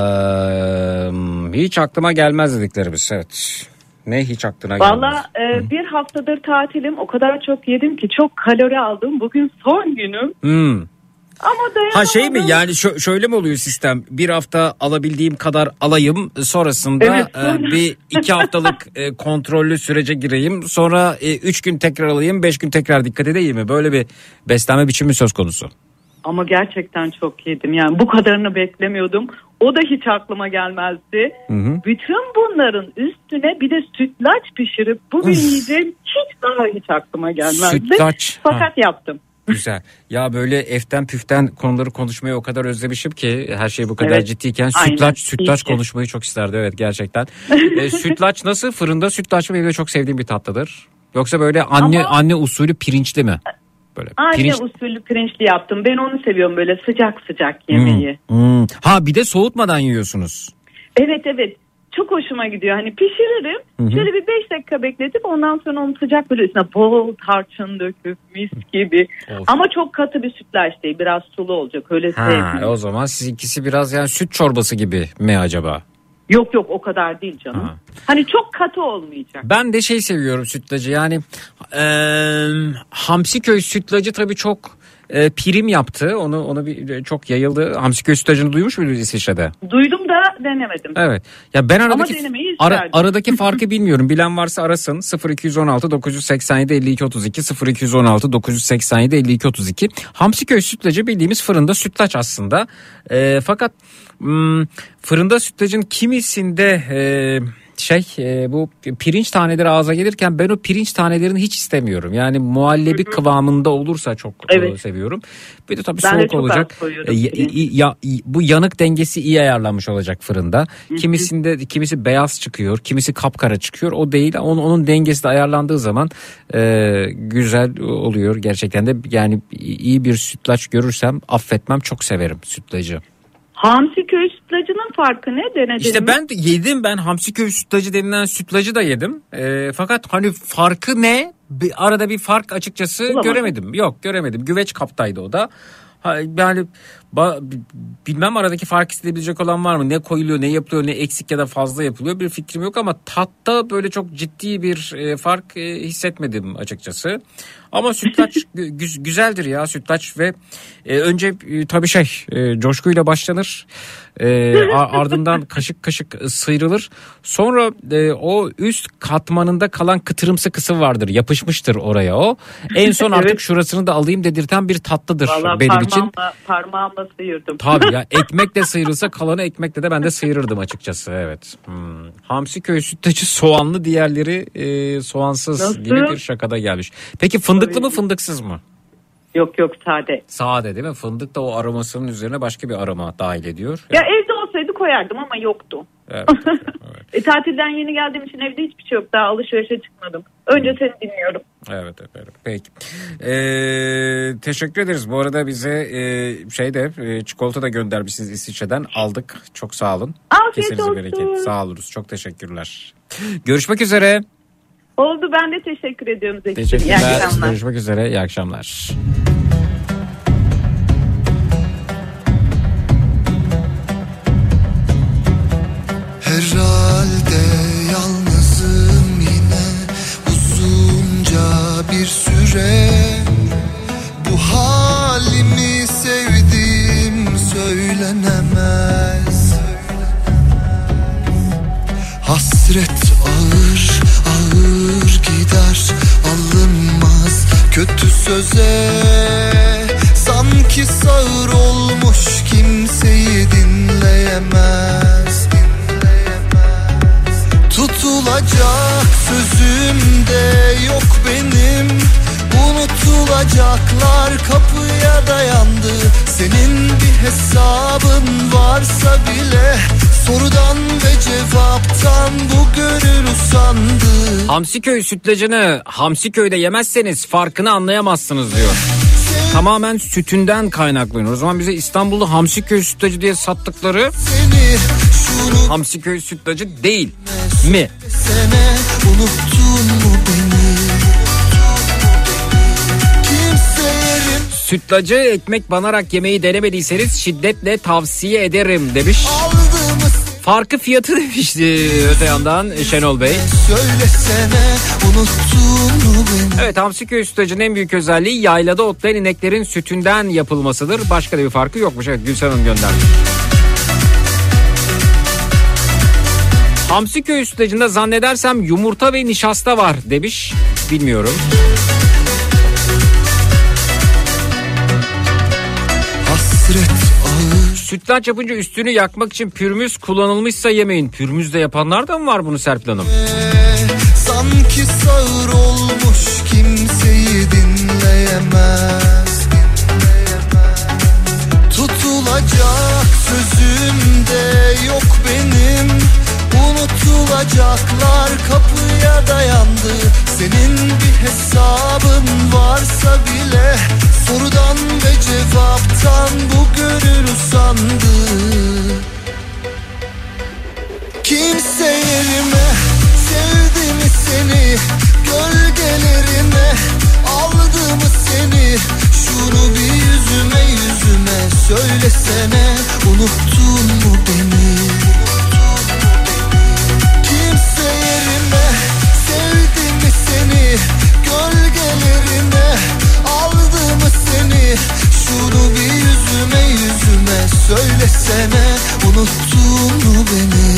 Hiç aklıma gelmez dediklerimiz, evet. Ne hiç aklına gelmez? Valla bir haftadır tatilim. O kadar çok yedim ki çok kalori aldım. Bugün son günüm. Ama dayanamadım. Ha şey mi yani şöyle mi oluyor sistem? Bir hafta alabildiğim kadar alayım. Sonrasında Evet. bir 2 haftalık kontrollü sürece gireyim. Sonra 3 gün tekrar alayım, 5 gün tekrar dikkat edeyim mi? Böyle bir beslenme biçimi söz konusu. Ama gerçekten çok yedim. Yani bu kadarını beklemiyordum. O da hiç aklıma gelmezdi. Bütün bunların üstüne bir de sütlaç pişirip bugün yiyeceğim hiç daha hiç aklıma gelmezdi. Sütlaç. Fakat yaptım. Güzel. Ya böyle eften püften konuları konuşmayı o kadar özlemişim ki, her şey bu kadar Evet. ciddiyken Aynen. sütlaç konuşmayı çok isterdim, evet gerçekten. Sütlaç nasıl? Fırında sütlaç mı? Benim de çok sevdiğim bir tatlıdır. Yoksa böyle anne usulü pirinçli mi? Böyle Anne usulü pirinçli yaptım. Ben onu seviyorum, böyle sıcak sıcak yemeği. Ha bir de soğutmadan yiyorsunuz. Evet. Çok hoşuma gidiyor. Hani pişiririm. Şöyle bir 5 dakika bekletip ondan sonra onu sıcak böyle üstüne bol tarçın döküp mis gibi. Of. Ama çok katı bir sütlaç değil. Biraz sulu olacak. Öyle sevmiyorum. O zaman sizinkisi biraz yani süt çorbası gibi mi acaba? Yok o kadar değil canım. Hani çok katı olmayacak. Ben de seviyorum sütlacı yani Hamsiköy sütlacı tabii çok prim yaptı. Onu bir çok yayıldı. Hamsiköy sütlacını duymuş muydunuz İsviçre'de? Duydum da denemedim. Evet. Ya ben aradaki farkı bilmiyorum. Bilen varsa arasın. 0216 987 52 32 0216 987 52 32. Hamsiköy sütlacı bildiğimiz fırında sütlaç aslında. Fakat fırında sütlacın kimisinde bu pirinç taneleri ağza gelirken ben o pirinç tanelerini hiç istemiyorum. Yani muhallebi kıvamında olursa çok seviyorum. Bir de tabii ben soğuk de olacak. Bu yanık dengesi iyi ayarlanmış olacak fırında. Kimisi beyaz çıkıyor, kimisi kapkara çıkıyor. O değil. Onun dengesi de ayarlandığı zaman güzel oluyor gerçekten de. Yani iyi bir sütlaç görürsem affetmem, çok severim sütlacı. Hamsiköy sütlacının farkı ne? Denedin İşte mi? ben de yedim, ben Hamsiköy sütlacı denilen sütlacı da yedim. Fakat hani farkı ne? Arada bir fark açıkçası göremedim. Yok göremedim. Güveç kaptaydı o da. Yani bilmem aradaki fark isteyebilecek olan var mı? Ne koyuluyor, ne yapılıyor, ne eksik ya da fazla yapılıyor bir fikrim yok ama tatta böyle çok ciddi bir fark hissetmedim açıkçası. Ama sütlaç güzeldir ya sütlaç ve önce tabii coşkuyla başlanır. Ardından kaşık kaşık sıyrılır. Sonra o üst katmanında kalan kıtırımsı kısım vardır. Yapışmıştır oraya o. En son artık şurasını da alayım dedirten bir tatlıdır. Vallahi benim için. Parmağımla sıyırdım. Tabii ya, ekmekle sıyrılsa kalanı ekmekle de ben de sıyırırdım açıkçası, evet. Hamsiköy sütlacı soğanlı, diğerleri soğansız. Nasıl? Gibi bir şakada gelmiş. Peki fındıklı mı fındıksız mı? Yok sade. Sade değil mi? Fındık da o aromasının üzerine başka bir aroma dahil ediyor. Ya evde olsaydı koyardım ama yoktu. Evet. Tatilden yeni geldiğim için evde hiçbir şey yok. Daha alışverişe çıkmadım. Önce seni dinliyorum. Evet efendim. Peki. Teşekkür ederiz. Bu arada bize çikolata da göndermişsiniz İsviçre'den. Aldık. Çok sağ olun. Afiyet Kesinize olsun. bereket. Sağ oluruz. Çok teşekkürler. Görüşmek üzere. Oldu, ben de teşekkür ediyorum Zeki. İyi Teşekkürler. akşamlar. Görüşmek üzere. İyi akşamlar. Herhalde yalnızım yine uzunca bir süre. Bu halimi sevdim söylenemez. Hasret ağır ağır gider, alınmaz kötü söze. Sanki sağır olmuş kimseyi dinleyemez. Tutulacak sözümde yok benim. Unutulacaklar kapıya dayandı. Senin bir hesabın varsa bile sorudan ve cevaptan bu gönül usandı. Hamsiköy sütlacını Hamsiköy'de yemezseniz farkını anlayamazsınız diyor. Tamamen sütünden kaynaklanıyor. O zaman bize İstanbul'da Hamsiköy sütlacı diye sattıkları Hamsiköy sütlacı değil mi? Sene unuttun mu beni? Kimselerin Sütlacı ekmek banarak yemeği denemediyseniz şiddetle tavsiye ederim demiş. aldığımız Farkı fiyatı demişti öte yandan Şenol Bey. söylesene unuttun mu beni? Evet, Hamsiköy sütlacının en büyük özelliği yaylada otlayan ineklerin sütünden yapılmasıdır. Başka da bir farkı yokmuş. Evet, Gülsen Hanım gönderdi. Hamsiköy sütlacında zannedersem yumurta ve nişasta var demiş. Bilmiyorum. Hasret ağır Sütlaç yapınca üstünü yakmak için pürmüz kullanılmışsa yemeyin. Pürmüz de yapanlar da mı var bunu Serpil Hanım? sanki sağır olmuş kimseyi dinleyemez. Tutulacak sözümde yok benim. Unutulacaklar kapıya dayandı. Senin bir hesabın varsa bile sorudan ve cevaptan bu gönül usandı. Kimse yerime sevdi mi seni? Gölgelerine aldı mı seni? Şunu bir yüzüme söylesene, unuttun mu beni? Kimse yerime sevdi mi seni? Gölgelerine aldı mı seni? Şunu bir yüzüme söylesene, unuttun mu beni?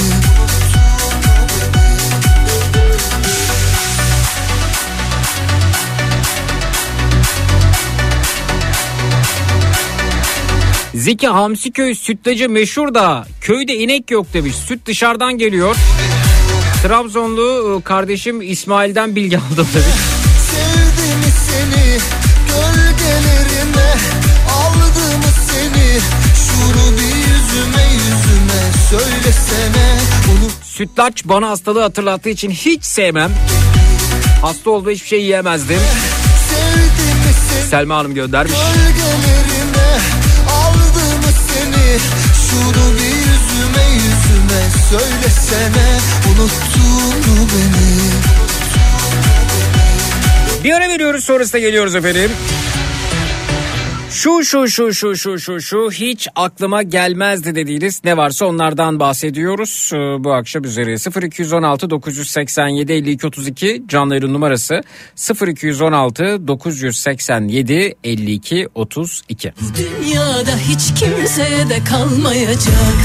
Zeki, Hamsiköy sütlacı meşhur da köyde inek yok demiş. Süt dışarıdan geliyor. Trabzonlu kardeşim İsmail'den bilgi aldım demiş. Sevdi mi seni? Gölgelerine aldı mı seni? Şunu bir yüzüme söylesene. Sütlaç bana hastalığı hatırlattığı için hiç sevmem. Hasta olduğu hiçbir şey yiyemezdim. Sevdi mi seni? Selma Hanım göndermiş. Gölgelerine aldı mı seni? Şunu bir yüzüme söylesene, unuttun mu beni? Bir ara veriyoruz, sonrasında geliyoruz efendim. Şu hiç aklıma gelmezdi dediğiniz ne varsa onlardan bahsediyoruz. Bu akşam üzeri 0216 987 52 32 canlı yayın numarası 0216 987 52 32. Dünyada hiç kimseye de kalmayacak.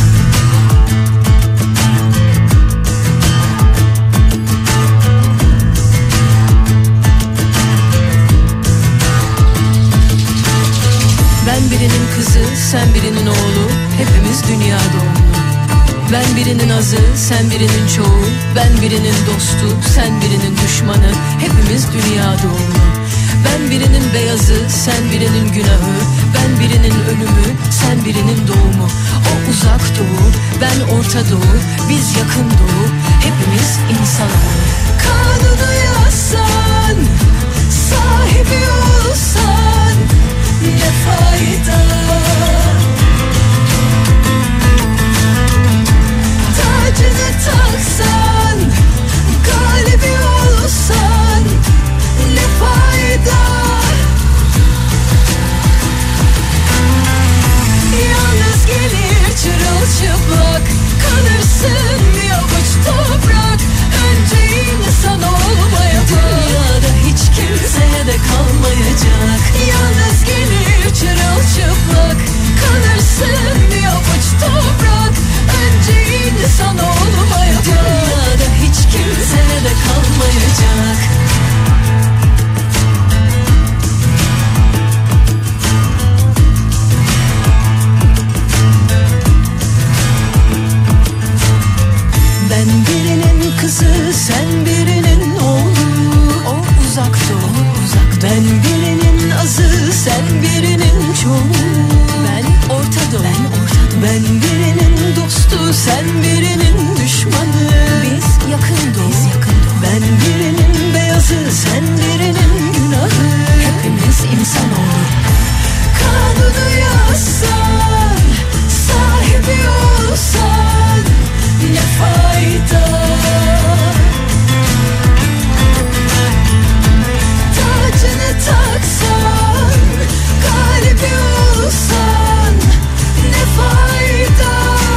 Ben birinin kızı, sen birinin oğlu, hepimiz dünya doğumlu. Ben birinin azı, sen birinin çoğu, ben birinin dostu, sen birinin düşmanı, hepimiz dünya doğumlu. Ben birinin beyazı, sen birinin günahı. Ben birinin ölümü, sen birinin doğumu. O uzak doğu, ben orta doğu. Biz yakın doğu, hepimiz insanoğlu. Kanunu yazsan, sahibi olsan ne fayda? Tacını taksan, galibi olsan ne fayda? Yalnız gelir çırılçıplak, kalırsın bir avuç toprak. Önce insan olmayacak, dünyada hiç kimseye de kalmayacak. Yalnız gelir çırılçıplak, kalırsın bir avuç toprak. Önce insan olmayacak, dünyada hiç kimseye de kalmayacak. Ben birinin kızı, sen birinin oğlu. O uzak doğu, uzak. Ben birinin azı, sen birinin çoğu. Ben orta doğu, ben orta doğu. Ben birinin dostu, sen birinin düşmanı. Biz yakın doğu, biz yakın doğu. Ben birinin beyazı, sen birinin günahı. Hepimiz insanoğlu. Kanunu yazsan, sahibi olsan ne fayda? Tacını taksan, galibi olsan ne fayda?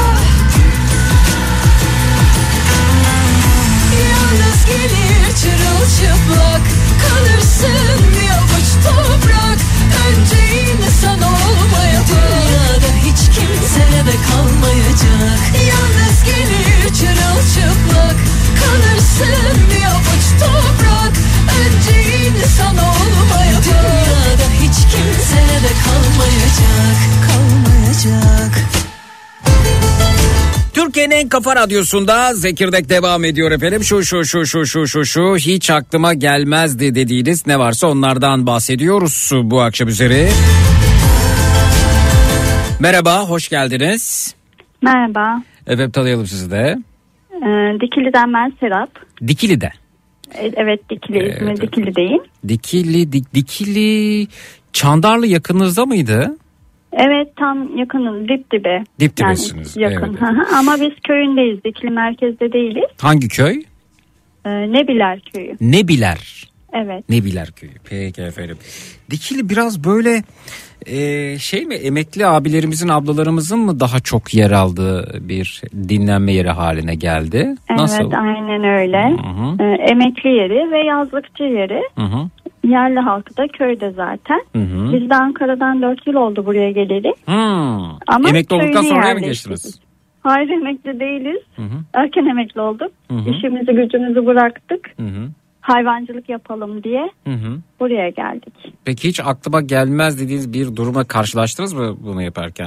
Yalnız gelir çırılçıplak, kalırsın bir avuç toprak. Önce insan olmayacak, dünyada hiç kimseye de kalmayacak. Yalnız gelir çırılçıplak, kalırsın bir avuç toprak. Önce insan olmayacak, dünyada hiç kimseye de kalmayacak, kalmayacak. Türkiye'nin en kafa radyosunda Zekirdek devam ediyor efendim. Şu hiç aklıma gelmezdi dediğiniz ne varsa onlardan bahsediyoruz bu akşam üzeri. Merhaba, hoş geldiniz. Merhaba. Efendim, tanıyalım sizi de. Dikili'den ben Serap. Dikili'de. Evet, Dikili, İzmir Evet. Dikili'deyim. Dikili Çandarlı yakınınızda mıydı? Evet, tam yakınım, dip dibe. Dip dibesiniz. Yani yakın. Evet. Ama biz köyündeyiz, Dikili merkezde değiliz. Hangi köy? Nebiler köyü. Nebiler. Evet. Nebiler köyü. Peki efendim. Dikili biraz böyle şey mi, emekli abilerimizin, ablalarımızın mı daha çok yer aldığı bir dinlenme yeri haline geldi? Nasıl? Evet, aynen öyle. Hı-hı. Emekli yeri ve yazlıkçı yeri. Hı-hı. Yerli halkı da köyde zaten. Hı-hı. Biz de Ankara'dan 4 yıl oldu buraya geleli. Ama emekli olduktan köyüne sonra mı yerleştik. geçtiniz? Hayır, emekli değiliz. Hı-hı. Erken emekli olduk. Hı-hı. İşimizi gücümüzü bıraktık. Hı-hı. Hayvancılık yapalım diye Hı-hı. buraya geldik. Peki hiç aklıma gelmez dediğiniz bir duruma karşılaştınız mı bunu yaparken?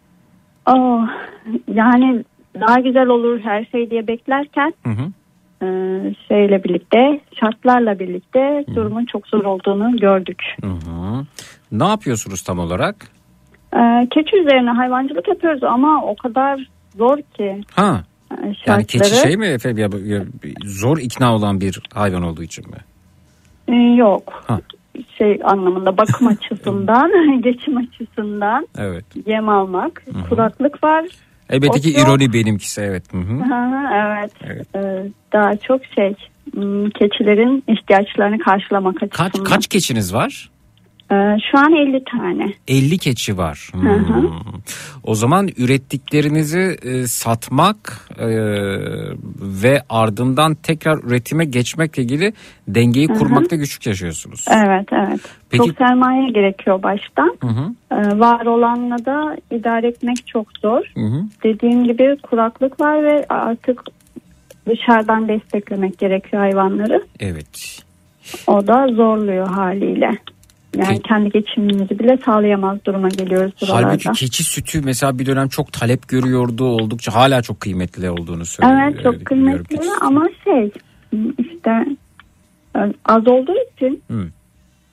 Yani daha güzel olur her şey diye beklerken Hı-hı. şeyle birlikte, şartlarla birlikte durumun çok zor olduğunu gördük. Hı-hı. Ne yapıyorsunuz tam olarak? Keçi üzerine hayvancılık yapıyoruz ama o kadar zor ki Yani şartları. keçi şey mi efendim, ya zor ikna olan bir hayvan olduğu için mi? Yok. Ha. Şey anlamında, bakım açısından, geçim açısından, Evet. yem almak, kuraklık var. Elbette ki Ot yok. ironi benimkisi, evet. Hı-hı. Evet. Evet. Daha çok keçilerin ihtiyaçlarını karşılamak açısından. Kaç keçiniz var? Şu an 50 tane. 50 keçi var. Hı. O zaman ürettiklerinizi satmak ve ardından tekrar üretime geçmekle ilgili dengeyi kurmakta güçlük yaşıyorsunuz. Evet. Peki- Çok sermaye gerekiyor baştan. Hı-hı. Var olanla da idare etmek çok zor. Hı-hı. Dediğim gibi kuraklık var ve artık dışarıdan desteklemek gerekiyor hayvanları. Evet. O da zorluyor haliyle. Yani kendi geçimimizi bile sağlayamaz duruma geliyoruz buralarda. Halbuki keçi sütü mesela bir dönem çok talep görüyordu, oldukça hala çok kıymetli olduğunu söylüyor. Evet, çok kıymetli ama işte az olduğu için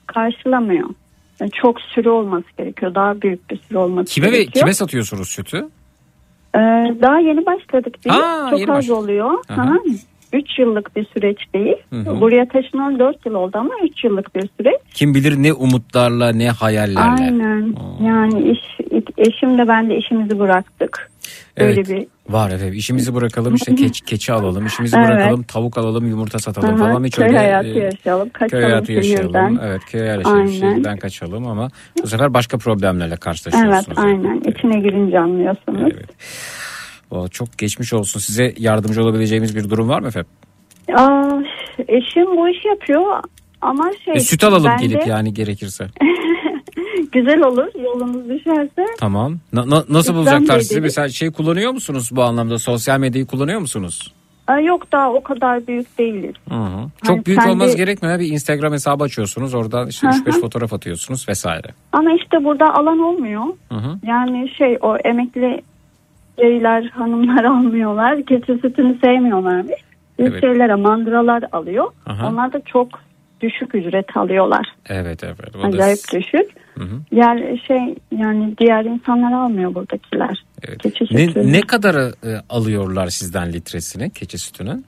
karşılamıyor. Yani çok sürü olması gerekiyor. Daha büyük bir sürü olması gerekiyor. Kime satıyorsunuz sütü? Daha yeni başladık biz. Çok yeni az oluyor. Aha. 3 yıllık bir süreç değil. Hı. Buraya taşınalı 4 yıl oldu ama 3 yıllık bir süreç. Kim bilir ne umutlarla, ne hayallerle. Aynen. Yani eşim de ben de işimizi bıraktık. Evet. Öyle bir Var efendim. İşimizi bırakalım, işte keçi alalım, işimizi Evet. bırakalım, tavuk alalım, yumurta satalım Aha, falan. Hiç köy öyle, hayatı yaşayalım, kaçalım köy hayatı yaşayalım. şehirden. Evet, köy hayatı yaşayalım, Aynen. şehirden kaçalım ama bu sefer başka problemlerle karşılaşıyorsunuz. Evet, aynen. İçine girince anlıyorsunuz. Evet. Çok geçmiş olsun. Size yardımcı olabileceğimiz bir durum var mı efendim? Eşim bu işi yapıyor ama süt alalım ben gelip de- yani gerekirse. Güzel olur yolunuz düşerse. Tamam. Nasıl İkram bulacaklar sizi? ederiz. Mesela kullanıyor musunuz bu anlamda? Sosyal medyayı kullanıyor musunuz? Yok daha o kadar büyük değiliz. Hı. Çok büyük kendi- olmaz gerekmiyor. Bir Instagram hesabı açıyorsunuz. Oradan işte Hı hı. 3-5 fotoğraf atıyorsunuz vesaire. Ama işte burada alan olmuyor. Hı. Yani o emekli beyler hanımlar almıyorlar. Keçi sütünü sevmiyorlarmış. Biz Evet. mandıralar alıyor. Aha. Onlar da çok düşük ücret alıyorlar. Evet. O da- Acayip düşük. Hı hı. Yani diğer insanlar almıyor buradakiler. Evet. Keçi sütü. Ne kadar alıyorlar sizden litresini keçi sütünün?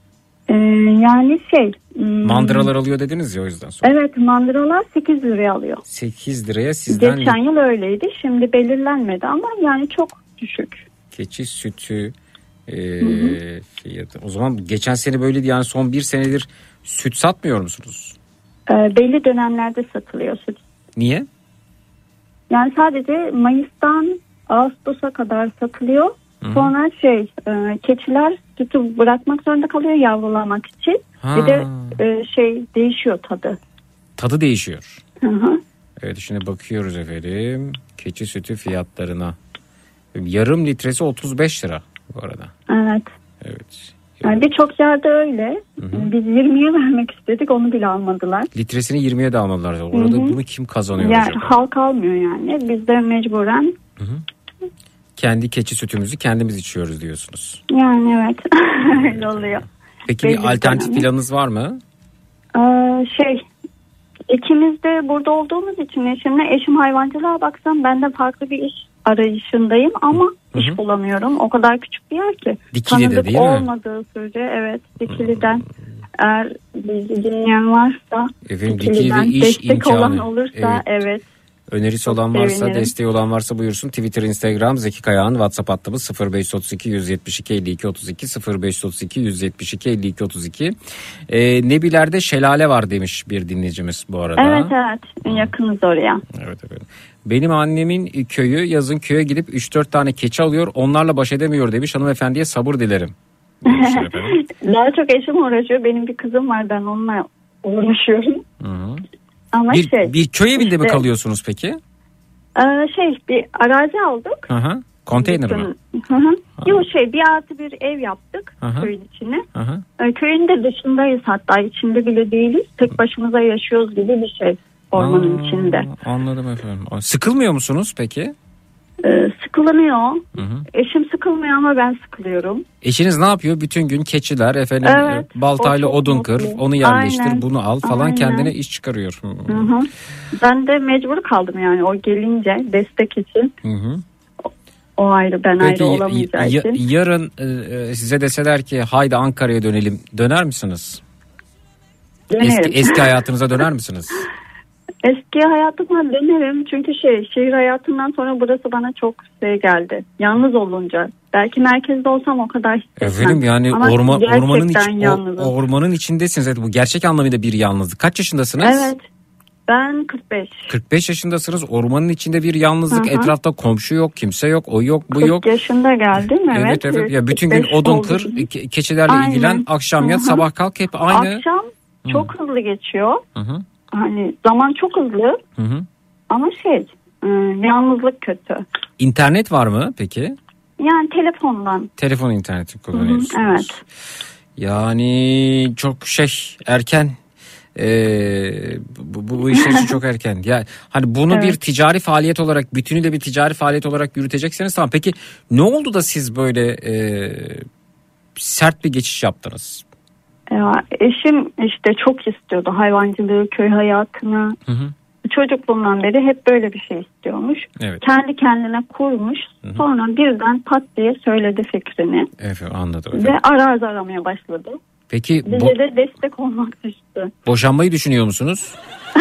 Mandıralar alıyor dediniz ya, o yüzden sonra. Evet, mandıralar 8 liraya alıyor. 8 liraya sizden Geçen yıl öyleydi. Şimdi belirlenmedi ama yani çok düşük. keçi sütü fiyatı. O zaman geçen sene böyleydi, yani son bir senedir süt satmıyor musunuz? Belli dönemlerde satılıyor süt. Niye? Yani sadece Mayıs'tan Ağustos'a kadar satılıyor. Sonra keçiler sütü bırakmak zorunda kalıyor yavrulamak için. Ha. Bir de değişiyor tadı. Tadı değişiyor. Hı hı. Evet, şimdi bakıyoruz efendim keçi sütü fiyatlarına. Yarım litresi 35 lira bu arada. Evet. Evet. Yani birçok yerde öyle. Biz 20'ye vermek istedik, onu bile almadılar. Litresini 20'ye de almadılar. Orada bunu kim kazanıyor Yani acaba? halk almıyor yani. Biz de mecburen. Kendi keçi sütümüzü kendimiz içiyoruz diyorsunuz. Yani evet. Öyle oluyor. Peki Belli bir alternatif dönemi. planınız var mı? İkimiz de burada olduğumuz için eşim hayvancılığa baksam ben de farklı bir iş arayışındayım ama iş bulamıyorum. O kadar küçük bir yer ki. Dikili'de Tanıdık değil mi? olmadığı sürece Dikili'den eğer bizi dinleyen varsa Efendim, Dikili'den Dikili'de iş destek imkanı. olan olursa evet. Önerisi Çok olan varsa, sevinirim. desteği olan varsa buyursun. Twitter, Instagram, Zeki Kayağan, WhatsApp hattımız 0532 172 52 32 0532 172 52 32. Nebiler'de şelale var demiş bir dinleyicimiz bu arada. Evet yakınız oraya. Evet efendim. Benim annemin köyü, yazın köye gidip 3-4 tane keçi alıyor, onlarla baş edemiyor demiş, hanımefendiye sabır dilerim. Demişler efendim. Daha çok eşim uğraşıyor. Benim bir kızım var, ben onunla uğraşıyorum. Hı-hı. Ama Bir köy evinde mi işte- kalıyorsunuz peki? Bir arazi aldık. Hı-hı. Konteyner mi? Yok bir artı bir ev yaptık Aha. köyün içine. Hı-hı. Köyün de dışındayız, hatta içinde bile değiliz. Tek başımıza yaşıyoruz gibi bir şey ormanın içinde. Anladım efendim. Sıkılmıyor musunuz peki? Sıkılınıyor. Hı-hı. Eşim sıkılmıyor ama ben sıkılıyorum. Eşiniz ne yapıyor? Bütün gün keçiler efendim, Evet, baltayla o çok odun kır, mutlu. onu yerleştir, Aynen. bunu al falan, Aynen. kendine iş çıkarıyor. Hı. Ben de mecbur kaldım yani o gelince destek için. Hı-hı. O ayrı, ben Peki ayrı olamayacağı için. yarın size deseler ki haydi Ankara'ya dönelim, döner misiniz? Dönerim. Eski hayatınıza döner misiniz? Eski hayatıma dönerim çünkü şehir hayatından sonra burası bana çok geldi. Yalnız olunca. Belki merkezde olsam o kadar hissetmem. Efendim yani Ama gerçekten yalnızım. ormanın içindesiniz. Evet, bu gerçek anlamıyla bir yalnızlık. Kaç yaşındasınız? Evet. Ben 45. 45 yaşındasınız. Ormanın içinde bir yalnızlık. Hı hı. Etrafta komşu yok, kimse yok, o yok, bu 40 yok. yaşında geldim evet. Evet. Ya bütün gün 45 odun oldu kır, şimdi. keçilerle Aynen. ilgilen, akşam yat, Hı hı. sabah kalk, hep aynı. Akşam çok hızlı geçiyor. Hı hı. Hani zaman çok hızlı Hı hı. ama yalnızlık kötü. İnternet var mı peki? Yani telefondan. Telefon interneti kullanıyorsunuz. Evet. Yani çok erken. Bu işler için çok erken. Ya hani bunu bir ticari faaliyet olarak, bütünüyle bir ticari faaliyet olarak yürütecekseniz tamam. Peki ne oldu da siz böyle sert bir geçiş yaptınız? Eşim işte çok istiyordu hayvancılığı, köy hayatını. Çocukluğundan beri hep böyle bir şey istiyormuş. Evet. Kendi kendine kurmuş. Sonra birden pat diye söyledi fikrini. Evet, anladım. Ve arazi aramaya başladı. Peki Bize de destek olmak düştü. boşanmayı düşünüyor musunuz?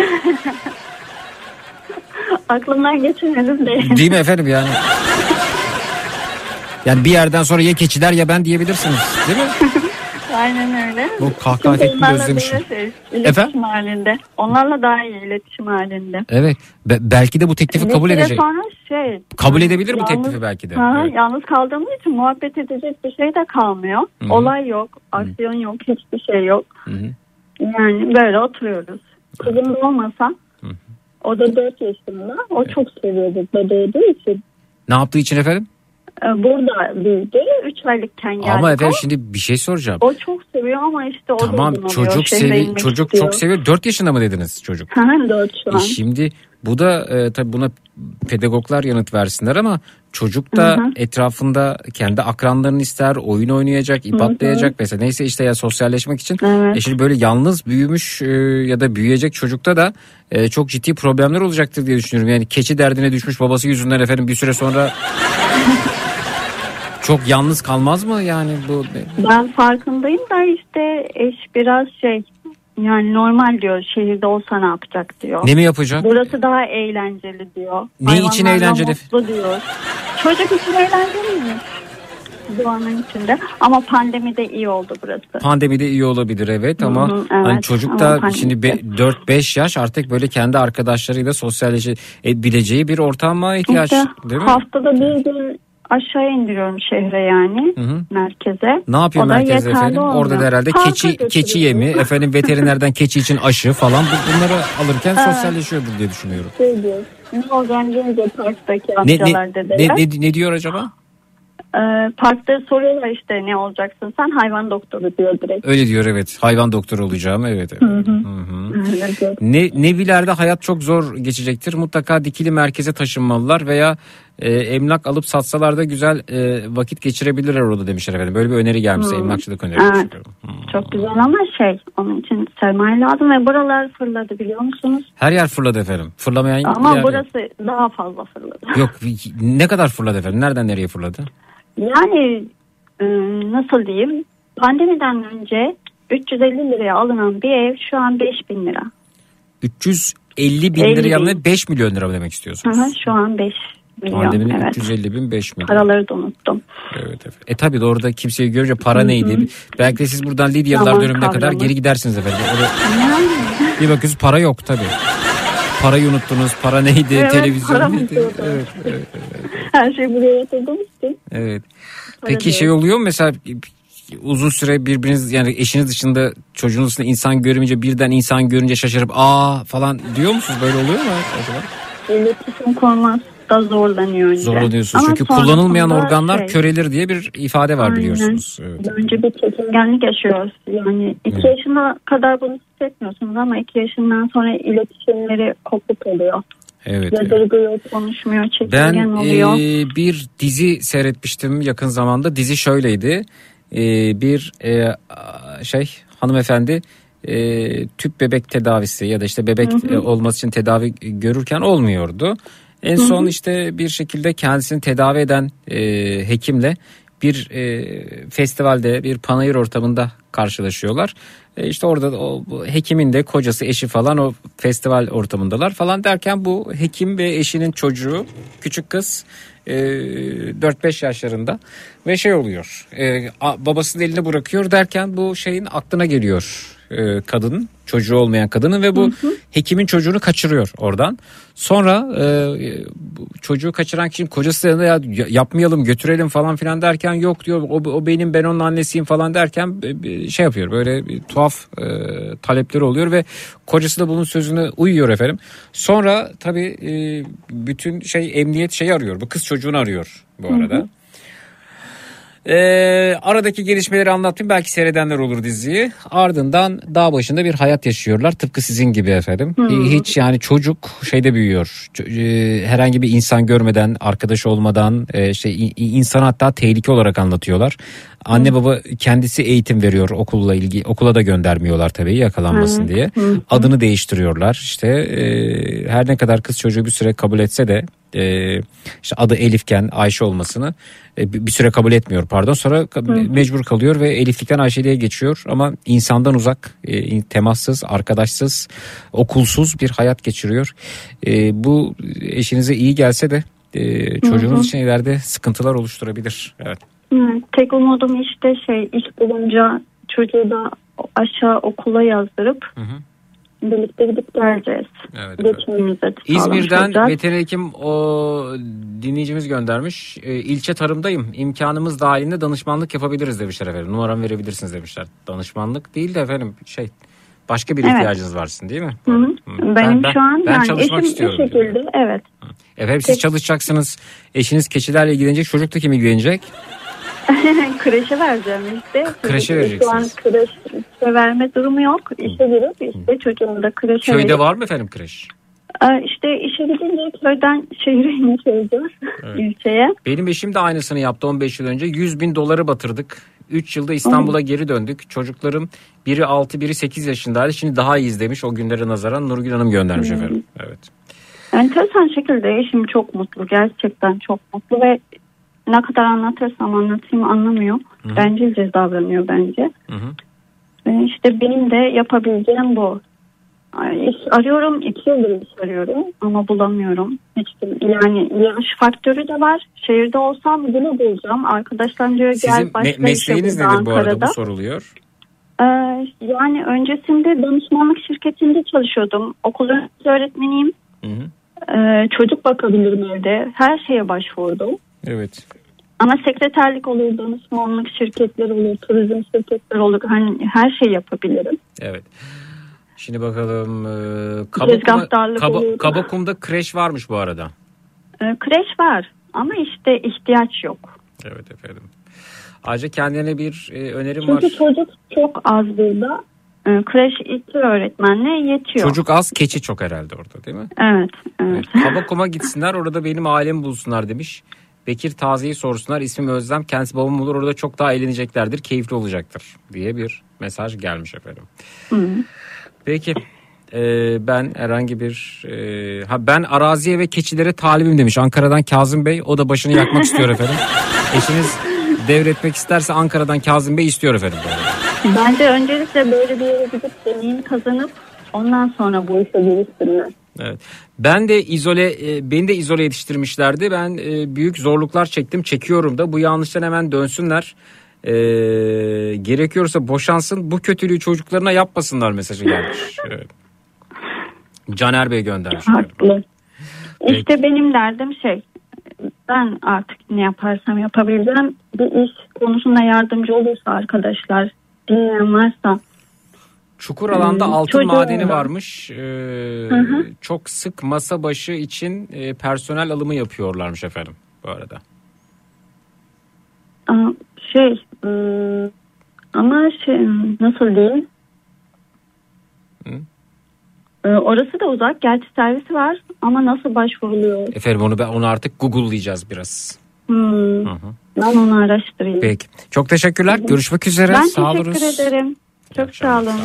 Aklımdan geçirmedim de. Değil mi efendim yani? Yani bir yerden sonra ya keçiler ya ben diyebilirsiniz, değil mi? Aynen öyle. Bu kahkaha efektini özlemişim. İletişim halinde. Onlarla daha iyi iletişim halinde. Evet. Belki de bu teklifi kabul edecek. Sonra kabul edebilir bu teklifi belki de. Evet. Yalnız kaldığımız için muhabbet edecek bir şey de kalmıyor. Hı-hı. Olay yok, aksiyon yok, hiçbir şey yok. Hı-hı. Yani böyle oturuyoruz. Kızım da olmasa, o da 4 yaşında. O çok seviyordu bebeği için. Ne yaptığı için efendim? Burada büyüdü. 3 aylıkken geldi. Ama efendim şimdi bir şey soracağım. O çok seviyor ama işte o tamam, da çocuk çok seviyor. 4 yaşında mı dediniz çocuk? 4 şu an. Şimdi bu da tabii buna pedagoglar yanıt versinler ama çocuk da etrafında kendi akranlarını ister, oyun oynayacak, ip atlayacak mesela neyse işte ya sosyalleşmek için. Evet. Şimdi böyle yalnız büyümüş ya da büyüyecek çocukta da çok ciddi problemler olacaktır diye düşünüyorum. Yani keçi derdine düşmüş babası yüzünden efendim bir süre sonra çok yalnız kalmaz mı yani bu? Ben farkındayım da işte eş biraz yani normal diyor, şehirde olsa ne yapacak diyor. Ne mi yapacak? Burası daha eğlenceli diyor. Ne için eğlenceli? Mutlu diyor. Çocuk için eğlenceli mi? Doğanın içinde. Ama pandemide iyi oldu burası. Pandemide iyi olabilir evet ama evet, hani çocuk da şimdi 4-5 yaş artık böyle kendi arkadaşlarıyla sosyalleşebileceği bir ortama ihtiyaç işte değil mi? Haftada bir gün aşağı indiriyorum şehre yani merkeze. Ne yapıyor merkezde efendim? Orada da herhalde keçi yemi, efendim veterinerden keçi için aşı falan bunları alırken sosyalleşiyordur diye düşünüyorum. Diyor. Ne olacağım gelince parktaki amcalar dedeler. Ne diyor acaba? Parkta soruyorlar işte ne olacaksın sen, hayvan doktoru diyor direkt. Öyle diyor evet, hayvan doktoru olacağım evet. Evet. Nevilerde hayat çok zor geçecektir, mutlaka dikili merkeze taşınmalılar veya emlak alıp satsalar da güzel vakit geçirebilirler orada demişler efendim. Böyle bir öneri gelmiş, emlakçılık önerisi. Evet. Çok güzel ama onun için sermaye lazım ve buralar fırladı biliyor musunuz? Her yer fırladı efendim. Fırlamayan ama burası daha fazla fırladı. Yok, ne kadar fırladı efendim? Nereden nereye fırladı? Yani nasıl diyeyim, pandemiden önce 350 liraya alınan bir ev şu an 5.000 lira. 350 bin liraya alınan 5 milyon lira mı demek istiyorsunuz? Şu an 5 milyon. Pandeminin evet. 350 bin 5 milyon. Paraları da unuttum. Evet. Tabii de orada kimseyi görünce para neydi? Belki de siz buradan Lidyalılar dönemine kadar geri gidersiniz efendim. Bir bakıyorsunuz para yok tabii. Parayı unuttunuz. Para neydi? Evet, televizyon neydi? Evet. Her şey buraya yatırdığım için. Evet. Peki oluyor mu mesela uzun süre birbiriniz yani eşiniz dışında çocuğunuz dışında insan görünce birden insan görünce şaşırıp falan diyor musunuz? Böyle oluyor mu acaba? İletişim kurmakta zorlanıyor önce. Zorlanıyorsunuz çünkü kullanılmayan organlar körelir diye bir ifade var biliyorsunuz. Evet. Önce bir çekingenlik yaşıyoruz. Yani 2 yaşına kadar bunu hissetmiyorsunuz ama 2 yaşından sonra iletişimleri kopuk oluyor. Evet. Yadırgıyor, konuşmuyor, çekingen oluyor. Ben bir dizi seyretmiştim yakın zamanda. Dizi şöyleydi. Bir hanımefendi tüp bebek tedavisi ya da işte bebek olması için tedavi görürken olmuyordu. En son işte bir şekilde kendisini tedavi eden hekimle bir festivalde, bir panayır ortamında karşılaşıyorlar. İşte orada o hekimin de kocası, eşi falan o festival ortamındalar falan derken bu hekim ve eşinin çocuğu, küçük kız 4-5 yaşlarında ve oluyor. Babasının elini bırakıyor derken bu aklına geliyor kadının, çocuğu olmayan kadının ve bu hekimin çocuğunu kaçırıyor oradan. Sonra çocuğu kaçıran kişinin kocası da yapmayalım, götürelim falan filan derken yok diyor o benim, ben onun annesiyim falan derken yapıyor, böyle bir tuhaf talepleri oluyor ve kocası da bunun sözüne uyuyor efendim. Sonra tabii bütün emniyet arıyor, bu kız çocuğunu arıyor bu arada. Aradaki gelişmeleri anlatayım, belki seyredenler olur diziyi. Ardından dağ başında bir hayat yaşıyorlar, tıpkı sizin gibi efendim. Hiç yani çocuk şeyde büyüyor, herhangi bir insan görmeden, arkadaş olmadan, insanı hatta tehlike olarak anlatıyorlar. Anne baba kendisi eğitim veriyor okulla ilgili, okula da göndermiyorlar tabii yakalanmasın diye. Adını değiştiriyorlar işte, her ne kadar kız çocuğu bir süre kabul etse de işte adı Elifken Ayşe olmasını bir süre kabul etmiyor, sonra mecbur kalıyor ve Eliflikten Ayşeli'ye geçiyor ama insandan uzak, temassız, arkadaşsız, okulsuz bir hayat geçiriyor. Bu eşinize iyi gelse de çocuğunuz için ileride sıkıntılar oluşturabilir. Evet. Tek umudum işte iş bulunca çocuğu da aşağı okula yazdırıp birlikte gidip geleceğiz. Evet. İzmir'den veteriner hekim o dinleyicimiz göndermiş. İlçe tarımdayım. İmkanımız dahilinde danışmanlık yapabiliriz demişler efendim. Numaramı verebilirsiniz demişler. Danışmanlık değil de efendim başka bir ihtiyacınız varsın değil mi? Benim şu an ben yani çalışmak eşim istiyorum. bir şekilde evet. Efendim siz çalışacaksınız. Eşiniz keçilerle ilgilenecek. Çocuk da kim ilgilenecek? Kreşe vereceğim işte. Kreşe vereceksiniz. Şu an kreşe verme durumu yok. İşe girip işte çocuğumu da kreşe Köyde verip. var mı efendim kreş? İşte işe gidince köyden şehire iniş olacağız. İlçeye. Benim eşim de aynısını yaptı 15 yıl önce. 100.000 doları batırdık. 3 yılda İstanbul'a geri döndük. Çocuklarım biri 6 biri 8 yaşındaydı. Şimdi daha iyiyiz demiş, o günlere nazaran Nurgül Hanım göndermiş efendim. Evet. Enteresan şekilde eşim çok mutlu. Gerçekten çok mutlu ve ne kadar anlatırsam anlatayım anlamıyor. Bencilce davranıyor bence. İşte benim de yapabileceğim bu. İş arıyorum, 2 yıldır iş arıyorum ama bulamıyorum. Yani yaş faktörü de var. Şehirde olsam bunu bulacağım. Arkadaşlar diyor gel başka işe mesleğiniz nedir Ankara'da. bu arada, bu soruluyor? Yani öncesinde danışmanlık şirketinde çalışıyordum. Okul öğretmeniyim. Çocuk bakabilirim evde. Her şeye başvurdum. Evet. Ama sekreterlik olur, danışmanlık şirketleri olur, turizm şirketleri olur. Hani her şey yapabilirim. Evet. Şimdi bakalım. Kabakum'da kreş varmış bu arada. Kreş var ama işte ihtiyaç yok. Evet efendim. Ayrıca kendine bir önerim var. Çünkü çocuk çok az burada. Kreş 2 öğretmenle yetiyor. Çocuk az, keçi çok herhalde orada değil mi? Evet. Kabakum'a gitsinler, orada benim ailemi bulsunlar demiş. Bekir Taze'yi sorsunlar. İsmim Özlem. Kendisi babam olur. Orada çok daha eğleneceklerdir. Keyifli olacaktır diye bir mesaj gelmiş efendim. Peki. Ben herhangi bir ben araziye ve keçilere talibim demiş. Ankara'dan Kazım Bey. O da başını yakmak istiyor efendim. Eşiniz devretmek isterse Ankara'dan Kazım Bey istiyor efendim. Bence öncelikle böyle bir yere gidip deneyim kazanıp ondan sonra bu işe girişsinler. Evet. Beni de izole yetiştirmişlerdi. Ben büyük zorluklar çekiyorum da. Bu yanlıştan hemen dönsünler. Gerekiyorsa boşansın. Bu kötülüğü çocuklarına yapmasınlar mesajı gelmiş. Evet. Caner Bey göndermiş. Haklı. İşte benim derdim ben artık ne yaparsam yapabileceğim. Bir iş konusunda yardımcı olursa arkadaşlar, dinleyen varsa. Çukur alanda altın madeni varmış. Çok sık masa başı için personel alımı yapıyorlarmış efendim bu arada. Ama nasıl diyeyim? Orası da uzak. Gerçi servisi var ama nasıl başvuruluyor? Efendim onu artık Google'layacağız biraz. Ben onu araştırayım. Peki. Çok teşekkürler. Görüşmek üzere. Ben teşekkür ederim. Çok sağ olun.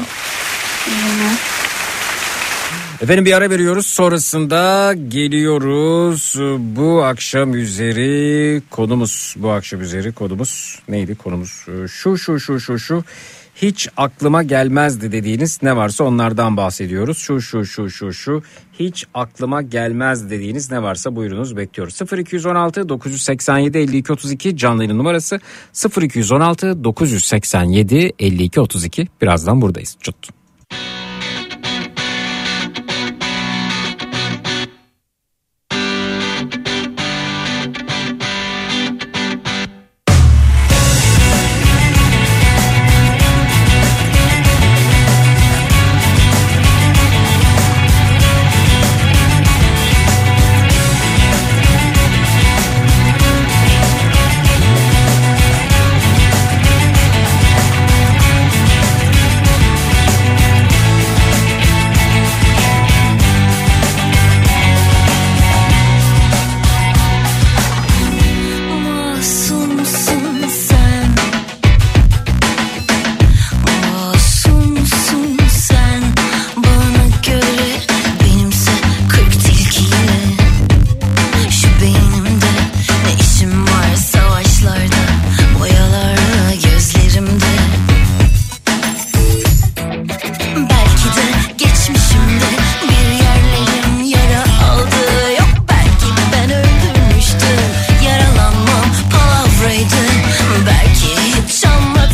Efendim bir ara veriyoruz. Sonrasında geliyoruz. Bu akşam üzeri konumuz neydi konumuz? Şu. Hiç aklıma gelmezdi dediğiniz ne varsa onlardan bahsediyoruz. Şu. Hiç aklıma gelmez dediğiniz ne varsa buyurunuz, bekliyoruz. 0216 987 52 32 canlı yayın numarası 0216 987 52 32. Birazdan buradayız. Çut.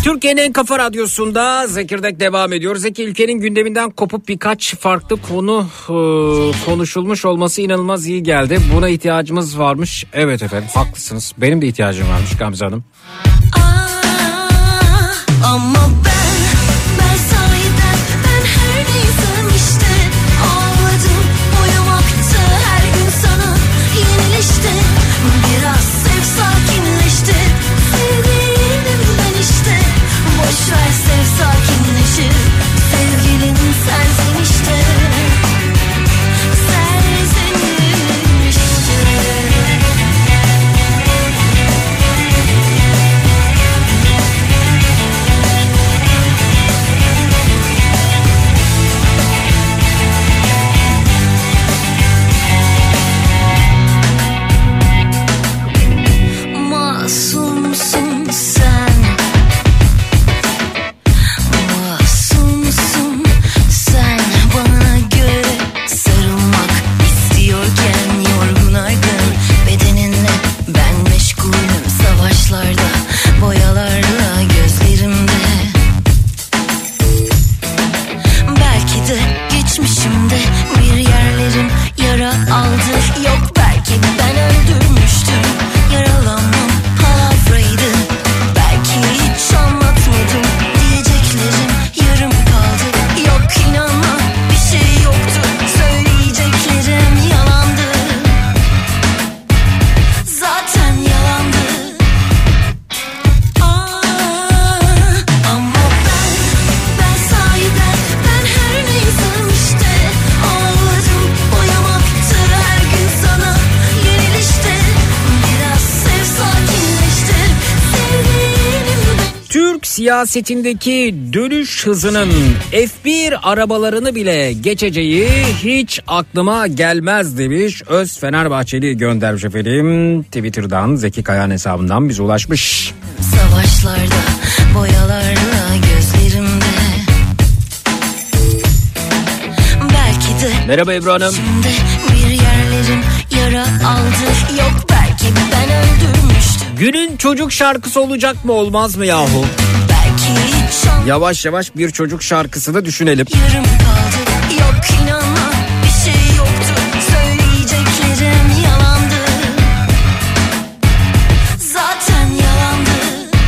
Türkiye'nin en kafa radyosunda Zekirdek devam ediyor. Zeki, ülkenin gündeminden kopup birkaç farklı konu konuşulmuş olması inanılmaz iyi geldi. Buna ihtiyacımız varmış. Evet efendim, haklısınız. Benim de ihtiyacım varmış Gamze Hanım. Ama ben sahiden ben her neysem işte ağladım, boyamaktı her gün sana yenilişti. Biraz sev, sakinleşti, sevgilim ben işte. Boşver, sev, sakinleşir, sevgilin sensin işte. Masumsun sen, masumsun sen. Bana göre sarılmak istiyorken yorgun argın bedeninle ben meşgulüm savaşlarda, boyalarla gözlerimde. Belki de geçmişimde bir yerlerim yara aldı. Yok, belki ben öldürmüştüm, yaralanmam palavraydı. Belki hiç anlatmadım, diyeceklerim yarım kaldı. Yok, inanma, bir şey yoktu, söyleyeceklerim yalandı. Zaten yalandı. Ama ben sahiden ben her neysem işte ağladım, boyamaktı her gün sana yenilişti. Biraz sev, sakinleştir, sevgilim ben. Türk siyasetindeki dönüş hızının F1 arabalarını bile geçeceği hiç aklıma gelmez demiş. Öz Fenerbahçeli göndermiş efendim. Twitter'dan, Zeki Kayağan hesabından bize ulaşmış. Savaşlarda, boyalarla gözlerimde. Belki de Merhaba Ebru Hanım. şimdi bir yerlerim yara aldı. Yok, belki ben öldürmüştüm. Günün çocuk şarkısı olacak mı, olmaz mı yahu? Belki hiç Yavaş yavaş bir çocuk şarkısı da düşünelim. yarım kaldı. Yok, inanma, bir şey yoktu, söyleyeceklerim yalandı. Zaten yalandı.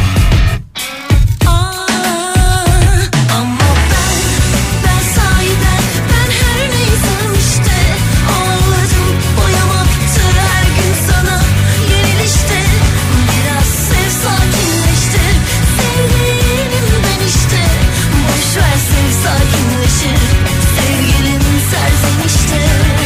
Ama ben sahiden ben her neysem işte ağladım, boyamaktı her gün sana yenilişti. Biraz sev, sakinleştir, sevgilim ben işte. Boşver, sev, sakinleşir, sevgilim serzenişte.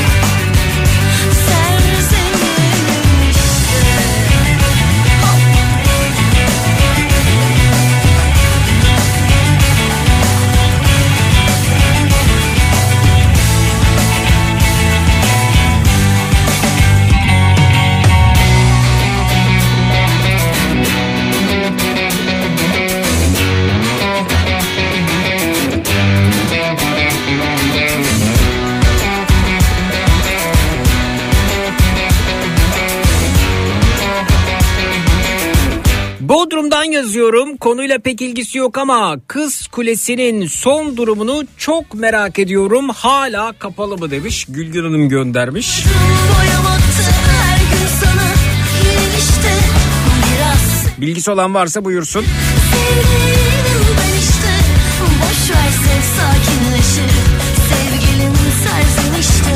Bodrum'dan yazıyorum. Konuyla pek ilgisi yok ama Kız Kulesi'nin son durumunu çok merak ediyorum. Hala kapalı mı demiş. Gülgün Hanım göndermiş. Boyamaktı her gün sana yenilişte. Biraz Bilgisi olan varsa buyursun. sevgilim ben işte. Boşver, sev, sakinleşir, sevgilim serzenişte.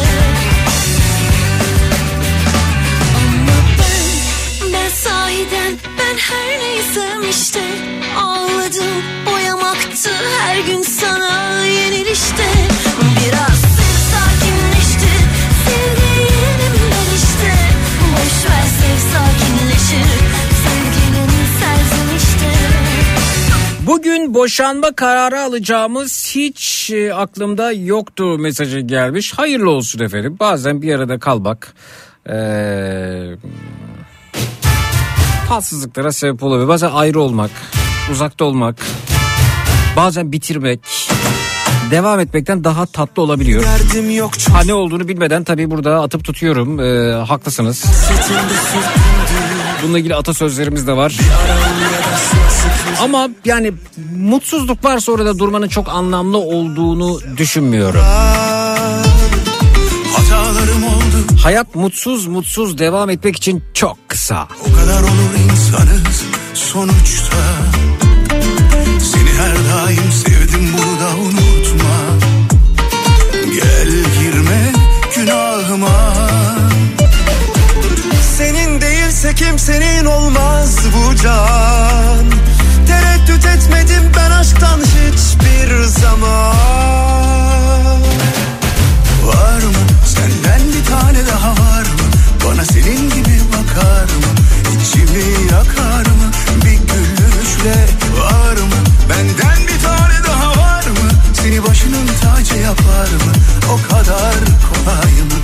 Ama ben sahiden ben her neysem işte ağladım, boyamaktı her gün sana yenilişte. Biraz sev, sakinleştir, sevgilim ben işte. Boşver, sev, sakinleşir, sevgilim serzenişte. Bugün boşanma kararı alacağımız hiç aklımda yoktu mesajı gelmiş. Hayırlı olsun efendim. Bazen bir arada kalmak tatsızlıklara sebep oluyor. Bazen ayrı olmak, uzakta olmak, bazen bitirmek, devam etmekten daha tatlı olabiliyor. Ha, ne olduğunu bilmeden tabii burada atıp tutuyorum. Haklısınız. Sırtımda sürtündü Bununla ilgili atasözlerimiz de var. Ama yani mutsuzluk varsa orada durmanın çok anlamlı olduğunu düşünmüyorum. Hatalarım oldu. Hayat mutsuz devam etmek için çok kısa. O kadar olur insanız sonuçta. Seni her daim sevdim, bunu da unutma. Gel girme günahıma. Senin değilse kimsenin olmaz bu can. Tereddüt etmedim ben aşktan hiçbir zaman. Var mı senden bir tane daha, var mı? Bana senin gibi bakar mı? İçimi yakar mı? Bir gülüşle var mı? Benden bir tane daha var mı? Seni başının tacı yapar mı? O kadar kolay mı?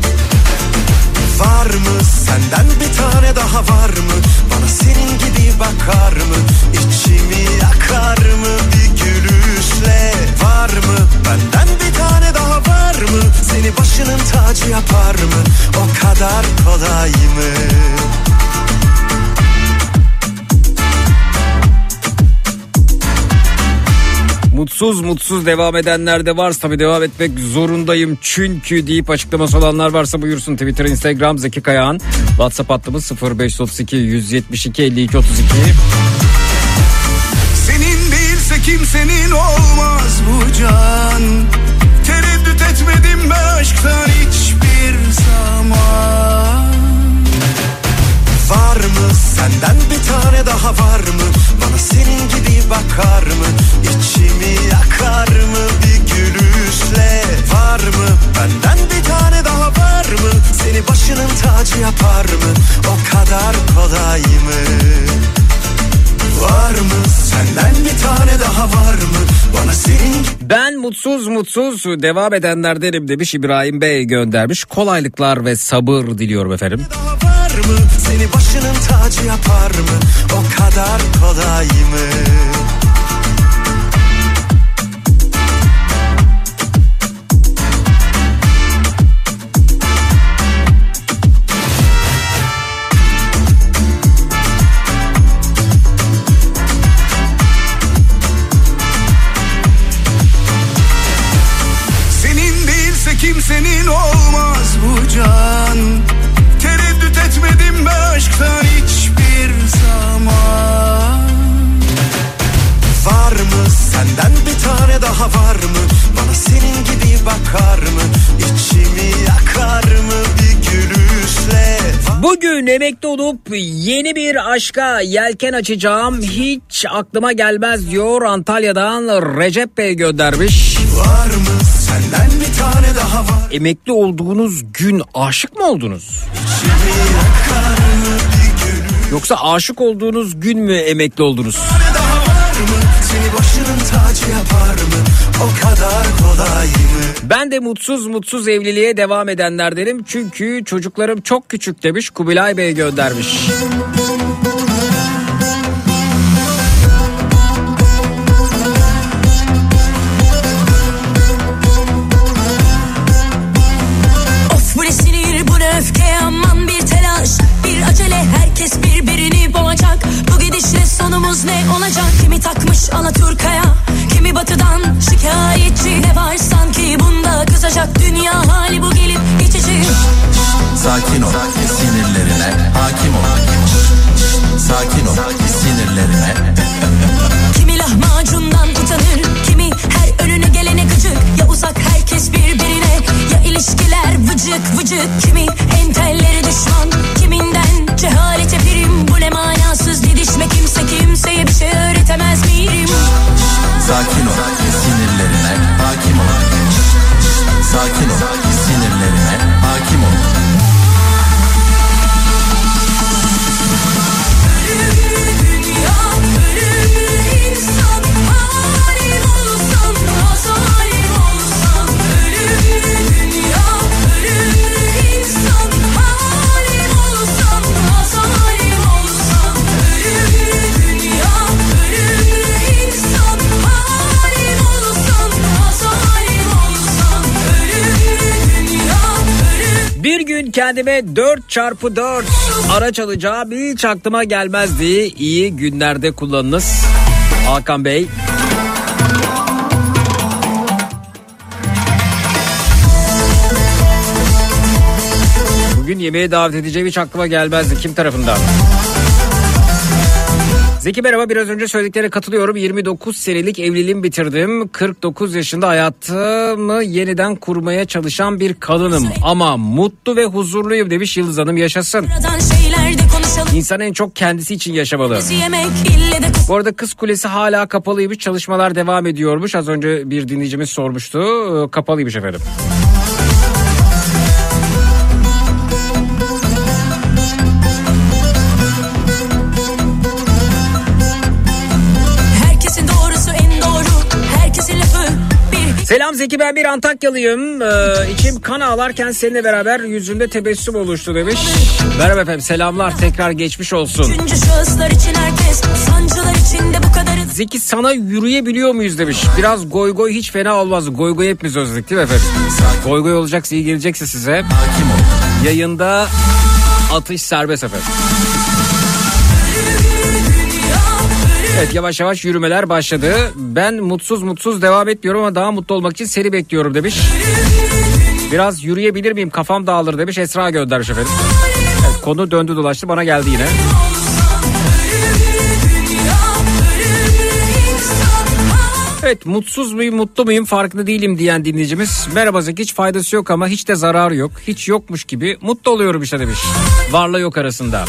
Var mı senden bir tane daha, var mı? Bana senin gibi bakar mı? İçimi yakar mı? Bir gülüşle var mı? Benden bir tane daha var mı? Seni başının tacı yapar mı? O kadar kolay mı? Mutsuz devam edenler de varsa tabii devam etmek zorundayım çünkü deyip açıklaması olanlar varsa buyursun. Twitter, Instagram Zeki Kayağan. WhatsApp hattımız 0532 172 52 32. Senin değilse kimsenin olmaz bu can. Tereddüt etmedim ben aşktan hiçbir zaman. Var mı senden bir tane daha, var mı? Bana senin gibi bakar mı? İçimi yakar mı? Bir gülüşle var mı? Benden bir tane daha var mı? Seni başının tacı yapar mı? O kadar kolay mı? Var mı senden bir tane daha, var mı? Bana senin... Ben mutsuz devam edenlerdenim demiş İbrahim Bey göndermiş. Kolaylıklar ve sabır diliyorum efendim. Var mı? Seni başının tacı yapar mı? O kadar kolay mı? Senin değilse kimsenin olmaz bu can. Tereddüt etmedim ben aşktan hiçbir zaman. Var mı senden bir tane daha, var mı? Bana senin gibi bakar mı? İçimi yakar mı? Bir gülüşle. Bugün emekli olup yeni bir aşka yelken açacağım, hiç aklıma gelmez diyor Antalya'dan Recep Bey göndermiş. Var mı senden bir tane daha, var? Emekli olduğunuz gün aşık mı oldunuz? Yoksa aşık olduğunuz gün mü emekli oldunuz? Seni başının tacı yapar mı? O kadar kolay mı? Ben de mutsuz evliliğe devam edenlerdenim çünkü çocuklarım çok küçük demiş Kubilay Bey göndermiş. Of bu ne sinir, bu ne öfke, aman bir telaş, bir acele, herkes birbirini boğacak. Bu gidişle sonumuz ne olacak? Kimi takmış Alaturka'ya, kimi batıdan şikayetçi. Ne var sanki bunda kızacak, dünya hali bu gelip geçici. Sakin ol, sinirlerine hakim ol. Sakin ol, sinirlerine. Kimi lahmacundan utanır, kimi her önüne gelene gıcık. Ya uzak herkes birbirine, ya ilişkiler vıcık vıcık. Kimi entelleri düşman, kiminden cehalete prim. Bu ne manasız didişme, kimse kimseye bir şey öğretemez miyim? Sakin ol, sinirlerine hakim ol. Sakin ol, sinirlerine hakim ol. gün kendime 4x4 araç alacağım hiç aklıma gelmezdi. İyi günlerde kullanınız. Hakan Bey. Bugün yemeğe davet edeceğim hiç aklıma gelmezdi. Kim tarafından? Zeki merhaba, biraz önce söylediklerine katılıyorum. 29 senelik evliliğimi bitirdim. 49 yaşında hayatımı yeniden kurmaya çalışan bir kadınım. Ama mutlu ve huzurluyum demiş Yıldız Hanım, yaşasın. İnsan en çok kendisi için yaşamalı. Bu arada Kız Kulesi hala kapalıymış, çalışmalar devam ediyormuş. Az önce bir dinleyicimiz sormuştu. Kapalıymış efendim. Selam Zeki, ben bir Antakyalıyım. İçim kan ağlarken seninle beraber yüzünde tebessüm oluştu demiş. Merhaba efendim, selamlar, tekrar geçmiş olsun. Zeki sana yürüyebiliyor muyuz demiş. Biraz goy goy hiç fena olmaz. Goy goy hepimiz özledik değil mi efendim? Goy goy olacaksa, iyi gelecekse size. Yayında atış serbest efendim. Evet, yavaş yavaş yürümeler başladı. Ben mutsuz devam etmiyorum ama daha mutlu olmak için seni bekliyorum demiş. Biraz yürüyebilir miyim, kafam dağılır demiş. Esra göndermiş efendim. Evet, konu döndü dolaştı bana geldi yine. Evet, mutsuz muyum mutlu muyum farkında değilim diyen dinleyicimiz. Merhaba Zeki, hiç faydası yok ama hiç de zararı yok. Hiç yokmuş gibi mutlu oluyorum işte demiş. Varla yok arasında.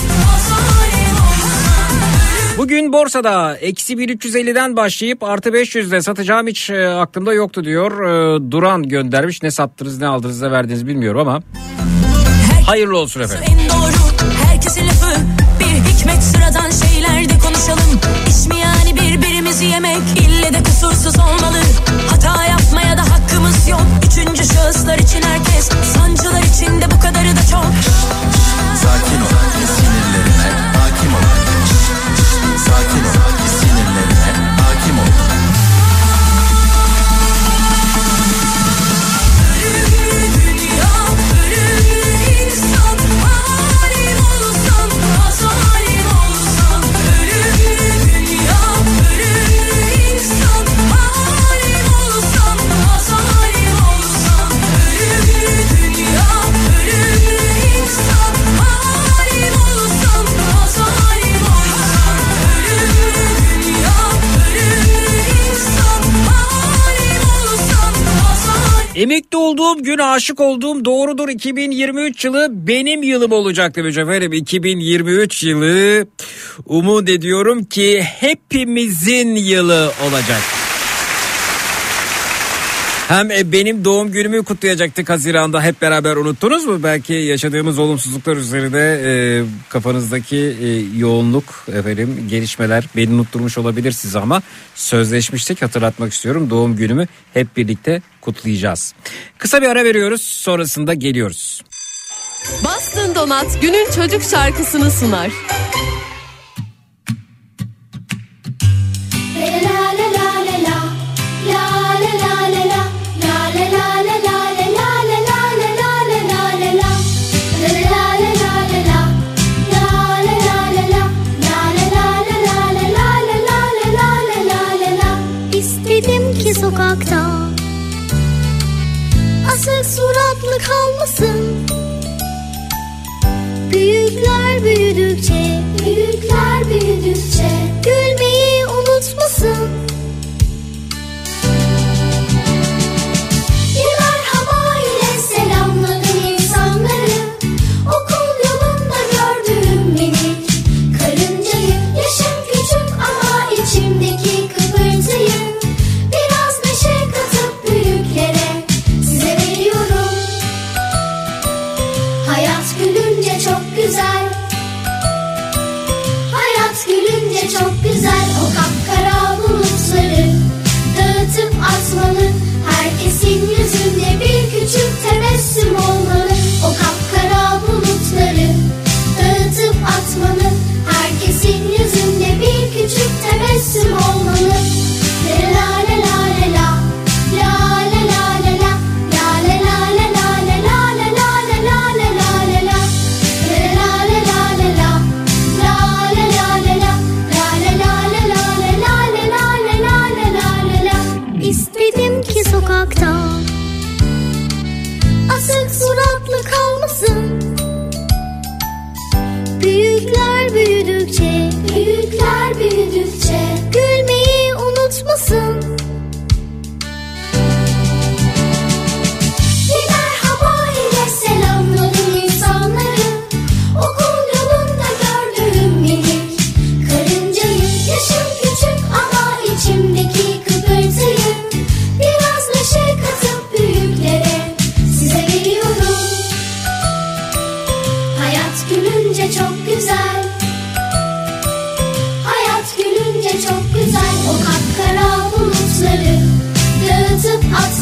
Bugün borsada eksi 1350'den başlayıp artı 500'de satacağım hiç aklımda yoktu diyor. Duran göndermiş. Ne sattınız ne aldınız ne verdiniz bilmiyorum ama hayırlı olsun efendim. En doğru, herkesin lafı bir hikmet, sıradan şeylerde konuşalım. İş mi yani birbirimizi yemek, ille de kusursuz olmalı. Hata yapmaya da hakkımız yok. Üçüncü şahıslar için herkes, sancılar için de bu kadarı da çok. Sakin ol, sinirlerine hakim ol. Sakin ol, sinirlerine hakim ol. Emekli olduğum gün aşık olduğum doğrudur, 2023 yılı benim yılım olacak demiş efendim. 2023 yılı umut ediyorum ki hepimizin yılı olacak. Hem benim doğum günümü kutlayacaktık Haziran'da, hep beraber, unuttunuz mu? Belki yaşadığımız olumsuzluklar üzerinde kafanızdaki yoğunluk efendim, gelişmeler beni unutturmuş olabilir size ama sözleşmiştik, hatırlatmak istiyorum. Doğum günümü hep birlikte kutlayacağız. Kısa bir ara veriyoruz, sonrasında geliyoruz. Bastın Donat günün çocuk şarkısını sunar. Sokakta asık suratlı kalmasın. Büyükler büyüdükçe, büyükler büyüdükçe gülmeyi unutmasın. Bir merhaba ile selamladım insanları. Okul yolunda gördüğüm minik karıncayı. Yaşım küçük ama içimdeki kıpırtıyı çok güzel.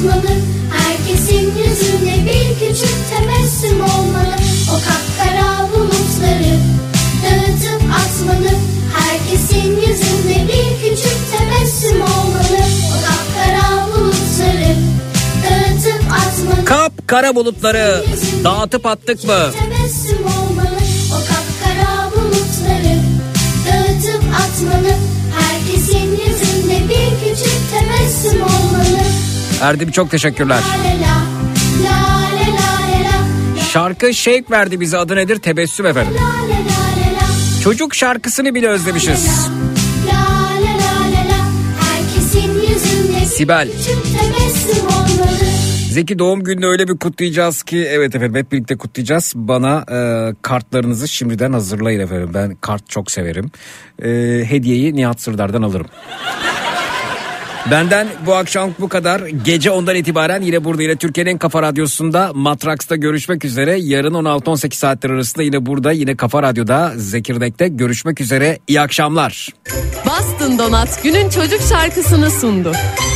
atmalı. Herkesin yüzünde bir küçük tebessüm olmalı. O kapkara bulutları dağıtıp atmalı. Herkesin yüzünde bir küçük tebessüm olmalı. O kapkara bulutları dağıtıp atmalı. Kapkara bulutları dağıtıp attık mı? Tebessüm olmalı. O kapkara bulutları dağıtıp atmalı. Herkesin yüzünde bir küçük tebessüm olmalı. Erdem çok teşekkürler. Şarkı Shake verdi bize, adı nedir? Tebessüm efendim. Çocuk şarkısını bile özlemişiz. Sibel. Zeki doğum gününü öyle bir kutlayacağız ki, evet efendim hep birlikte kutlayacağız. Bana kartlarınızı şimdiden hazırlayın efendim. Ben kart çok severim. Hediyeyi Nihat Sırdar'dan alırım. Benden bu akşam bu kadar. Gece 10'dan itibaren yine burada, yine Türkiye'nin Kafa Radyosu'nda Matraks'ta görüşmek üzere. Yarın 16-18 saatler arasında yine burada, yine Kafa Radyo'da Zekirdek'te görüşmek üzere. İyi akşamlar. Boston Donat günün çocuk şarkısını sundu.